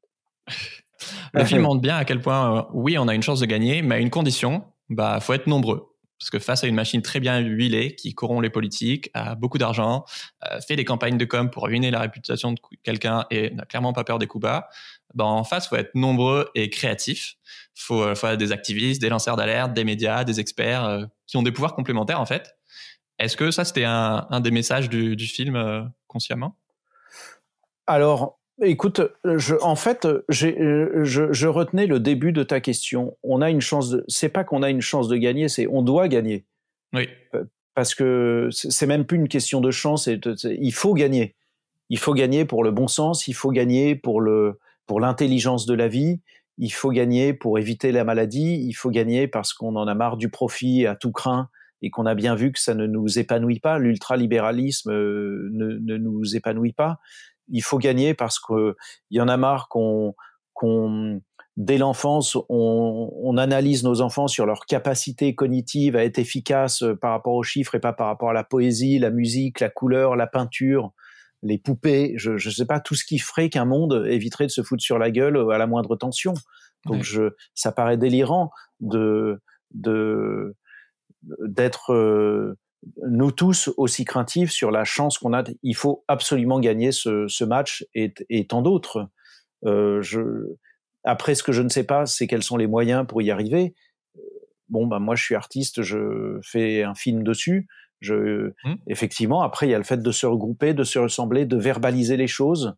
Le film montre bien à quel point, euh, oui, on a une chance de gagner, mais à une condition, bah, faut être nombreux. Parce que face à une machine très bien huilée, qui corrompt les politiques, a beaucoup d'argent, euh, fait des campagnes de com pour ruiner la réputation de quelqu'un et n'a clairement pas peur des coups bas, ben en face, faut être nombreux et créatifs. Faut, euh, faut avoir des activistes, des lanceurs d'alerte, des médias, des experts euh, qui ont des pouvoirs complémentaires, en fait. Est-ce que ça, c'était un, un des messages du, du film euh, consciemment? Alors, écoute, je, en fait, j'ai, je, je retenais le début de ta question. On a une chance de, c'est pas qu'on a une chance de gagner, c'est on doit gagner. Oui. Parce que c'est même plus une question de chance, c'est, c'est, il faut gagner. Il faut gagner pour le bon sens, il faut gagner pour le, pour l'intelligence de la vie, il faut gagner pour éviter la maladie, il faut gagner parce qu'on en a marre du profit à tout crin et qu'on a bien vu que ça ne nous épanouit pas, l'ultralibéralisme euh, ne, ne nous épanouit pas. Il faut gagner parce que il y en a marre qu'on, qu'on dès l'enfance, on, on analyse nos enfants sur leur capacité cognitive à être efficaces par rapport aux chiffres et pas par rapport à la poésie, la musique, la couleur, la peinture, les poupées. Je, je sais pas, tout ce qui ferait qu'un monde éviterait de se foutre sur la gueule à la moindre tension. Donc, ouais. je, ça paraît délirant de, de, d'être euh, nous tous aussi craintifs sur la chance qu'on a. Il faut absolument gagner ce, ce match et, et tant d'autres. Euh, je, après, ce que je ne sais pas, c'est quels sont les moyens pour y arriver. Bon, ben moi, je suis artiste, je fais un film dessus. Je, mmh. Effectivement, après, il y a le fait de se regrouper, de se ressembler, de verbaliser les choses.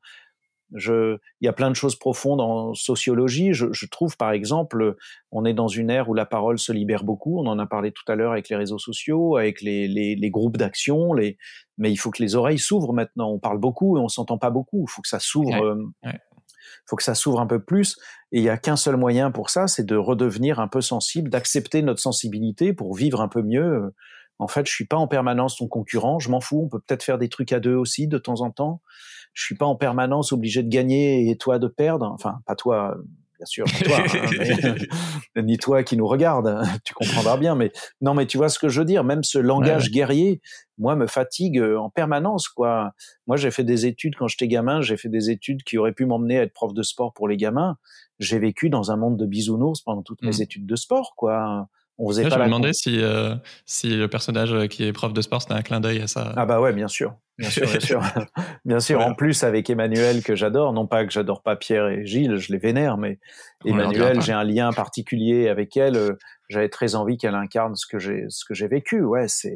Je, il y a plein de choses profondes en sociologie. Je, je trouve, par exemple, on est dans une ère où la parole se libère beaucoup. On en a parlé tout à l'heure avec les réseaux sociaux, avec les, les, les groupes d'action. Les... Mais il faut que les oreilles s'ouvrent maintenant. On parle beaucoup et on s'entend pas beaucoup. Il faut que ça s'ouvre. Ouais. Euh, ouais. faut que ça s'ouvre un peu plus. Et il y a qu'un seul moyen pour ça, c'est de redevenir un peu sensible, d'accepter notre sensibilité pour vivre un peu mieux. En fait, je suis pas en permanence ton concurrent. Je m'en fous. On peut peut-être faire des trucs à deux aussi de temps en temps. Je suis pas en permanence obligé de gagner et toi de perdre. Enfin, pas toi, bien sûr, pas toi, hein, mais, ni toi qui nous regarde. Tu comprendras bien. Mais non, mais tu vois ce que je veux dire. Même ce langage ouais. guerrier, moi, me fatigue en permanence, quoi. Moi, j'ai fait des études quand j'étais gamin. J'ai fait des études qui auraient pu m'emmener à être prof de sport pour les gamins. J'ai vécu dans un monde de bisounours pendant toutes mmh. mes études de sport, quoi. On faisait là, pas je me la demandais con- si, euh, si le personnage qui est prof de sport, c'était un clin d'œil à ça. Ah bah ouais, bien sûr. Bien sûr, bien sûr. bien sûr. Ouais. En plus, avec Emmanuel, que j'adore, non pas que j'adore pas Pierre et Gilles, je les vénère, mais on Emmanuel, j'ai un lien particulier avec elle. J'avais très envie qu'elle incarne ce que j'ai, ce que j'ai vécu. Ouais, c'est,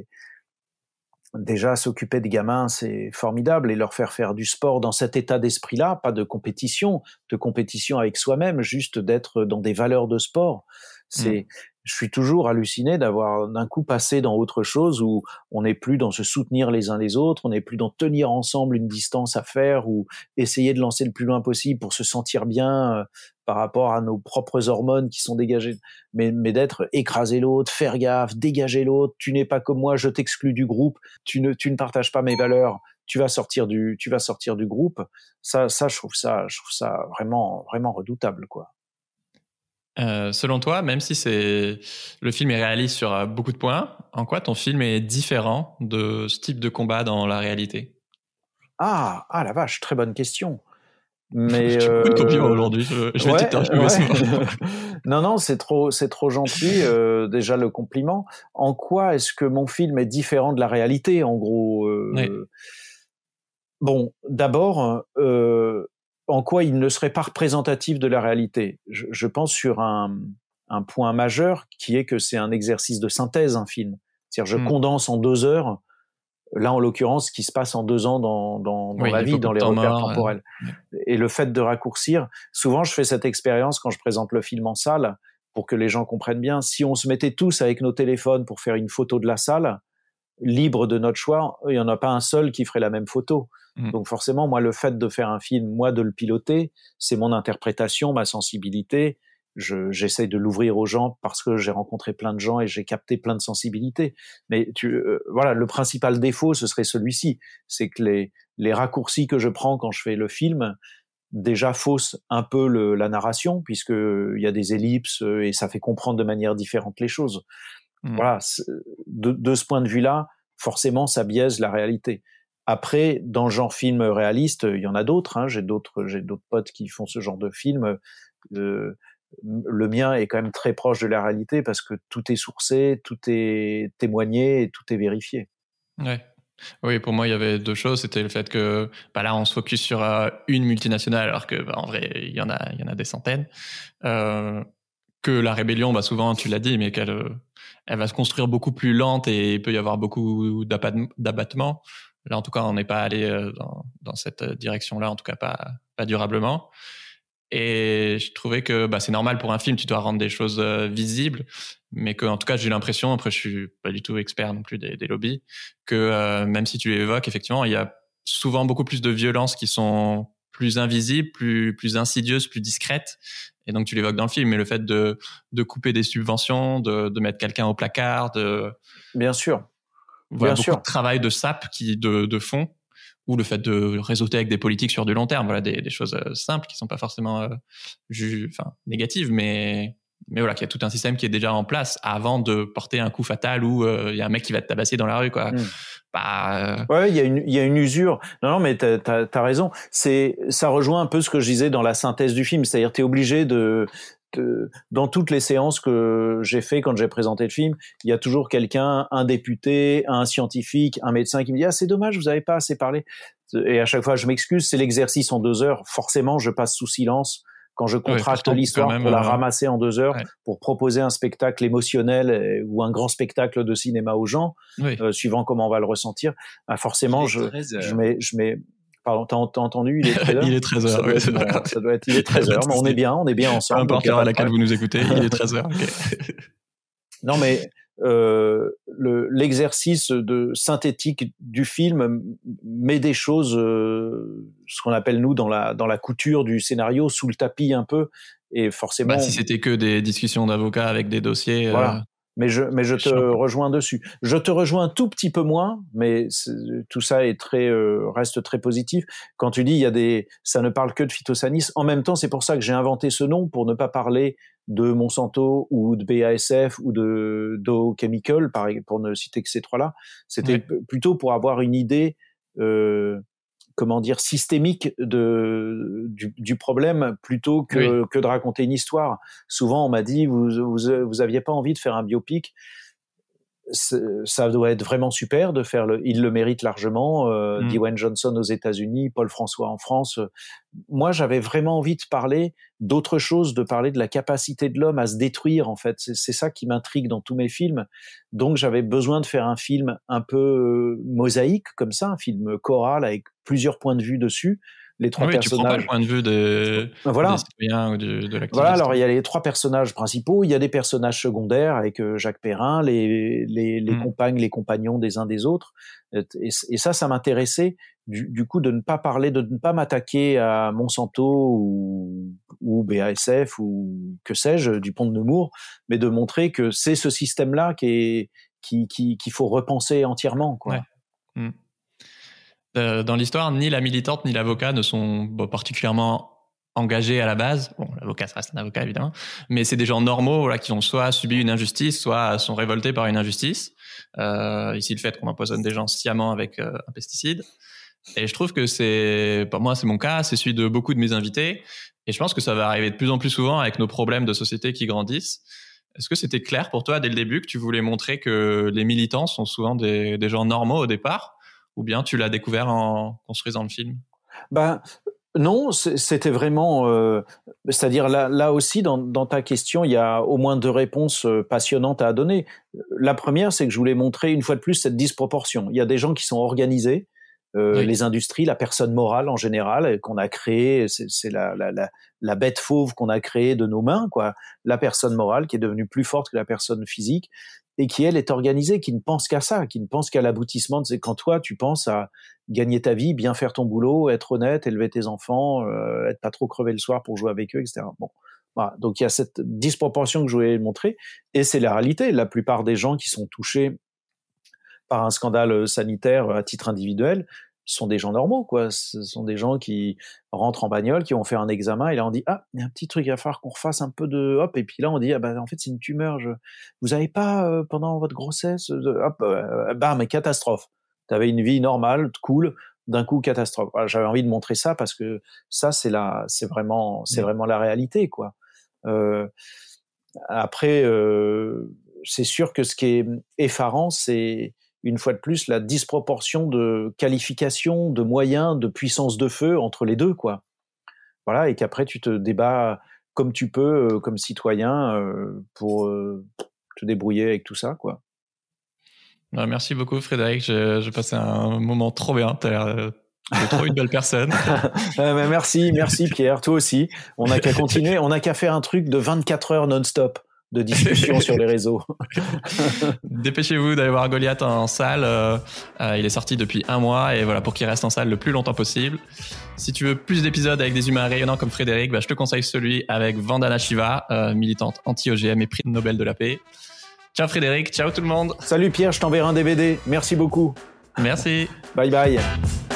déjà s'occuper des gamins, c'est formidable, et leur faire faire du sport dans cet état d'esprit-là, pas de compétition, de compétition avec soi-même, juste d'être dans des valeurs de sport. C'est, mmh. Je suis toujours halluciné d'avoir d'un coup passé dans autre chose où on n'est plus dans se soutenir les uns les autres, on n'est plus dans tenir ensemble une distance à faire ou essayer de lancer le plus loin possible pour se sentir bien euh, par rapport à nos propres hormones qui sont dégagées, mais, mais d'être écraser l'autre, faire gaffe, dégager l'autre, tu n'es pas comme moi, je t'exclus du groupe, tu ne, tu ne partages pas mes valeurs, tu vas sortir du, tu vas sortir du groupe. Ça, ça, je trouve ça, je trouve ça vraiment, vraiment redoutable, quoi. Euh, selon toi, même si c'est le film est réaliste sur euh, beaucoup de points, en quoi ton film est différent de ce type de combat dans la réalité? Ah, ah la vache, très bonne question. Mais je euh... beaucoup de compliments aujourd'hui. Je, je vais ouais, t'interviewer ouais. souvent. non, non, c'est trop, c'est trop gentil. Euh, déjà le compliment. En quoi est-ce que mon film est différent de la réalité, en gros euh... ouais. Bon, d'abord, euh, en quoi il ne serait pas représentatif de la réalité. Je, je pense sur un un point majeur qui est que c'est un exercice de synthèse, un film. C'est-à-dire, je Mm. condense en deux heures, là, en l'occurrence, ce qui se passe en deux ans dans, dans, dans Oui, la vie, dans les repères mort, temporels. Euh... Et le fait de raccourcir, souvent, je fais cette expérience quand je présente le film en salle, pour que les gens comprennent bien. Si on se mettait tous avec nos téléphones pour faire une photo de la salle, libre de notre choix, il n'y en a pas un seul qui ferait la même photo. Mmh. Donc forcément, moi, le fait de faire un film, moi, de le piloter, c'est mon interprétation, ma sensibilité. Je, j'essaye de l'ouvrir aux gens parce que j'ai rencontré plein de gens et j'ai capté plein de sensibilités. Mais tu, euh, voilà, le principal défaut, ce serait celui-ci. C'est que les, les raccourcis que je prends quand je fais le film, déjà faussent un peu le, la narration, puisqu'il y a des ellipses et ça fait comprendre de manière différente les choses. Mmh. Voilà, de, de ce point de vue-là, forcément, ça biaise la réalité. Après, dans le genre film réaliste, il y en a d'autres. Hein, j'ai d'autres, j'ai d'autres potes qui font ce genre de film. Euh, le mien est quand même très proche de la réalité parce que tout est sourcé, tout est témoigné et tout est vérifié. Ouais. Oui, pour moi, il y avait deux choses. C'était le fait que bah là, on se focus sur euh, une multinationale, alors que bah, en vrai, il y en a, il y en a des centaines. Euh, que la rébellion, bah souvent, tu l'as dit, mais qu'elle, elle va se construire beaucoup plus lente et il peut y avoir beaucoup d'abattements. Là, en tout cas, on n'est pas allé dans, dans cette direction-là, en tout cas pas, pas durablement. Et je trouvais que bah, c'est normal pour un film, tu dois rendre des choses euh, visibles, mais que, en tout cas, j'ai l'impression, après je suis pas du tout expert non plus des, des lobbies, que euh, même si tu les évoques, effectivement, il y a souvent beaucoup plus de violences qui sont plus invisibles, plus, plus insidieuses, plus discrètes. Et donc tu l'évoques dans le film, mais le fait de, de couper des subventions, de, de mettre quelqu'un au placard, de... Bien sûr. Voilà, Bien beaucoup sûr. de travail de sape qui, de, de fond, ou le fait de réseauter avec des politiques sur du long terme, voilà, des, des choses euh, simples qui sont pas forcément euh, ju- enfin, négatives, mais, mais voilà, qu'il y a tout un système qui est déjà en place avant de porter un coup fatal où il euh, y a un mec qui va te tabasser dans la rue, quoi. Mmh. Bah, euh... Ouais, il y a une, il y a une usure. Non, non, mais t'as, t'as, t'as raison. C'est, ça rejoint un peu ce que je disais dans la synthèse du film. C'est-à-dire, t'es obligé de, de, dans toutes les séances que j'ai fait quand j'ai présenté le film, il y a toujours quelqu'un, un député, un scientifique, un médecin qui me dit, ah, c'est dommage, vous avez pas assez parlé. Et à chaque fois, je m'excuse, c'est l'exercice en deux heures. Forcément, je passe sous silence quand je contracte ouais, l'histoire même, pour la euh... ramasser en deux heures, ouais. pour proposer un spectacle émotionnel euh, ou un grand spectacle de cinéma aux gens, oui. euh, suivant comment on va le ressentir. Bah forcément, je, je mets, je mets. Pardon, t'as, t'as entendu, il est treize heures. Il est treize heures. Ça, Oui, bon, ça doit être, il est treize heures, mais on est bien, on est bien ensemble. Peu importe l'heure à laquelle vous nous écoutez, il est treize heures. Okay. Non, mais euh, le, l'exercice de synthétique du film met des choses, euh, ce qu'on appelle nous dans la dans la couture du scénario, sous le tapis un peu, et forcément. Bah, si c'était que des discussions d'avocats avec des dossiers. Voilà. Euh... Mais je, mais je te chiant, rejoins dessus. Je te rejoins un tout petit peu moins, mais tout ça est très, euh, reste très positif. Quand tu dis, il y a des, ça ne parle que de phytosanis. En même temps, c'est pour ça que j'ai inventé ce nom, pour ne pas parler de Monsanto ou de B A S F ou de Dow Chemical, pour ne citer que ces trois-là. C'était ouais. plutôt pour avoir une idée, euh, comment dire, systémique de, du, du problème plutôt que, oui. que de raconter une histoire. Souvent, on m'a dit, vous, vous, vous aviez pas envie de faire un biopic. Ça doit être vraiment super de faire le, il le mérite largement, euh, mm. Dwayne Johnson aux États-Unis, Paul François en France. Moi, j'avais vraiment envie de parler d'autre chose, de parler de la capacité de l'homme à se détruire, en fait. C'est, c'est ça qui m'intrigue dans tous mes films. Donc, j'avais besoin de faire un film un peu euh, mosaïque, comme ça, un film choral avec plusieurs points de vue dessus. Les trois oui, personnages. Tu prends pas le point de vue de, voilà. des citoyens ou de, de l'activiste. Voilà, alors il y a les trois personnages principaux, il y a des personnages secondaires avec euh, Jacques Perrin, les, les, les mm. compagnes, les compagnons des uns des autres. Et, et ça, ça m'intéressait du, du coup de ne pas parler, de ne pas m'attaquer à Monsanto ou, ou B A S F ou que sais-je, du Pont de Nemours, mais de montrer que c'est ce système-là qui est, qui, qui, qu'il faut repenser entièrement, quoi. Ouais. Mm. Dans l'histoire, ni la militante ni l'avocat ne sont bon, particulièrement engagés à la base. Bon, l'avocat, ça reste un avocat, évidemment. Mais c'est des gens normaux voilà, qui ont soit subi une injustice, soit sont révoltés par une injustice. Euh, ici, le fait qu'on empoisonne des gens sciemment avec euh, un pesticide. Et je trouve que c'est, pour moi, c'est mon cas, c'est celui de beaucoup de mes invités. Et je pense que ça va arriver de plus en plus souvent avec nos problèmes de société qui grandissent. Est-ce que c'était clair pour toi dès le début que tu voulais montrer que les militants sont souvent des, des gens normaux au départ ? Ou bien tu l'as découvert en construisant le film ? Ben, Non, c'était vraiment, euh, c'est-à-dire là, là aussi dans, dans ta question, il y a au moins deux réponses passionnantes à donner. La première, c'est que je voulais montrer une fois de plus cette disproportion. Il y a des gens qui sont organisés, euh, oui. les industries, la personne morale en général qu'on a créée, c'est, c'est la, la, la, la bête fauve qu'on a créée de nos mains, quoi. La personne morale qui est devenue plus forte que la personne physique et qui elle est organisée, qui ne pense qu'à ça, qui ne pense qu'à l'aboutissement. C'est quand toi tu penses à gagner ta vie, bien faire ton boulot, être honnête, élever tes enfants, euh, être pas trop crevé le soir pour jouer avec eux, et cetera. Bon, voilà. Donc il y a cette disproportion que je voulais montrer, et c'est la réalité. La plupart des gens qui sont touchés par un scandale sanitaire à titre individuel sont des gens normaux, quoi. Ce sont des gens qui rentrent en bagnole, qui ont fait un examen, et là on dit ah, il y a un petit truc, il va falloir qu'on refasse un peu de hop, et puis là on dit ah ben en fait c'est une tumeur. Je... Vous avez pas euh, pendant votre grossesse, euh, hop, euh, bam, catastrophe. T'avais une vie normale, cool, d'un coup catastrophe. Voilà, j'avais envie de montrer ça parce que ça c'est la, c'est vraiment, c'est vraiment la réalité, quoi. Euh, après, euh, c'est sûr que ce qui est effarant, c'est une fois de plus la disproportion de qualification, de moyens, de puissance de feu entre les deux, quoi. Voilà, et qu'après tu te débats comme tu peux, euh, comme citoyen, euh, pour euh, te débrouiller avec tout ça, quoi. Merci beaucoup Frédéric, j'ai, j'ai passé un moment trop bien, t'as l'air de trop une belle personne. euh, merci, merci Pierre, toi aussi. On n'a qu'à continuer, on n'a qu'à faire un truc de vingt-quatre heures non-stop de discussion sur les réseaux. Dépêchez-vous d'aller voir Goliath en salle, euh, euh, il est sorti depuis un mois et voilà, pour qu'il reste en salle le plus longtemps possible. Si tu veux plus d'épisodes avec des humains rayonnants comme Frédéric, bah, je te conseille celui avec Vandana Shiva, euh, militante anti-O G M et prix Nobel de la paix. Ciao Frédéric, ciao tout le monde. Salut Pierre, je t'enverrai un D V D. Merci beaucoup. Merci. Bye bye.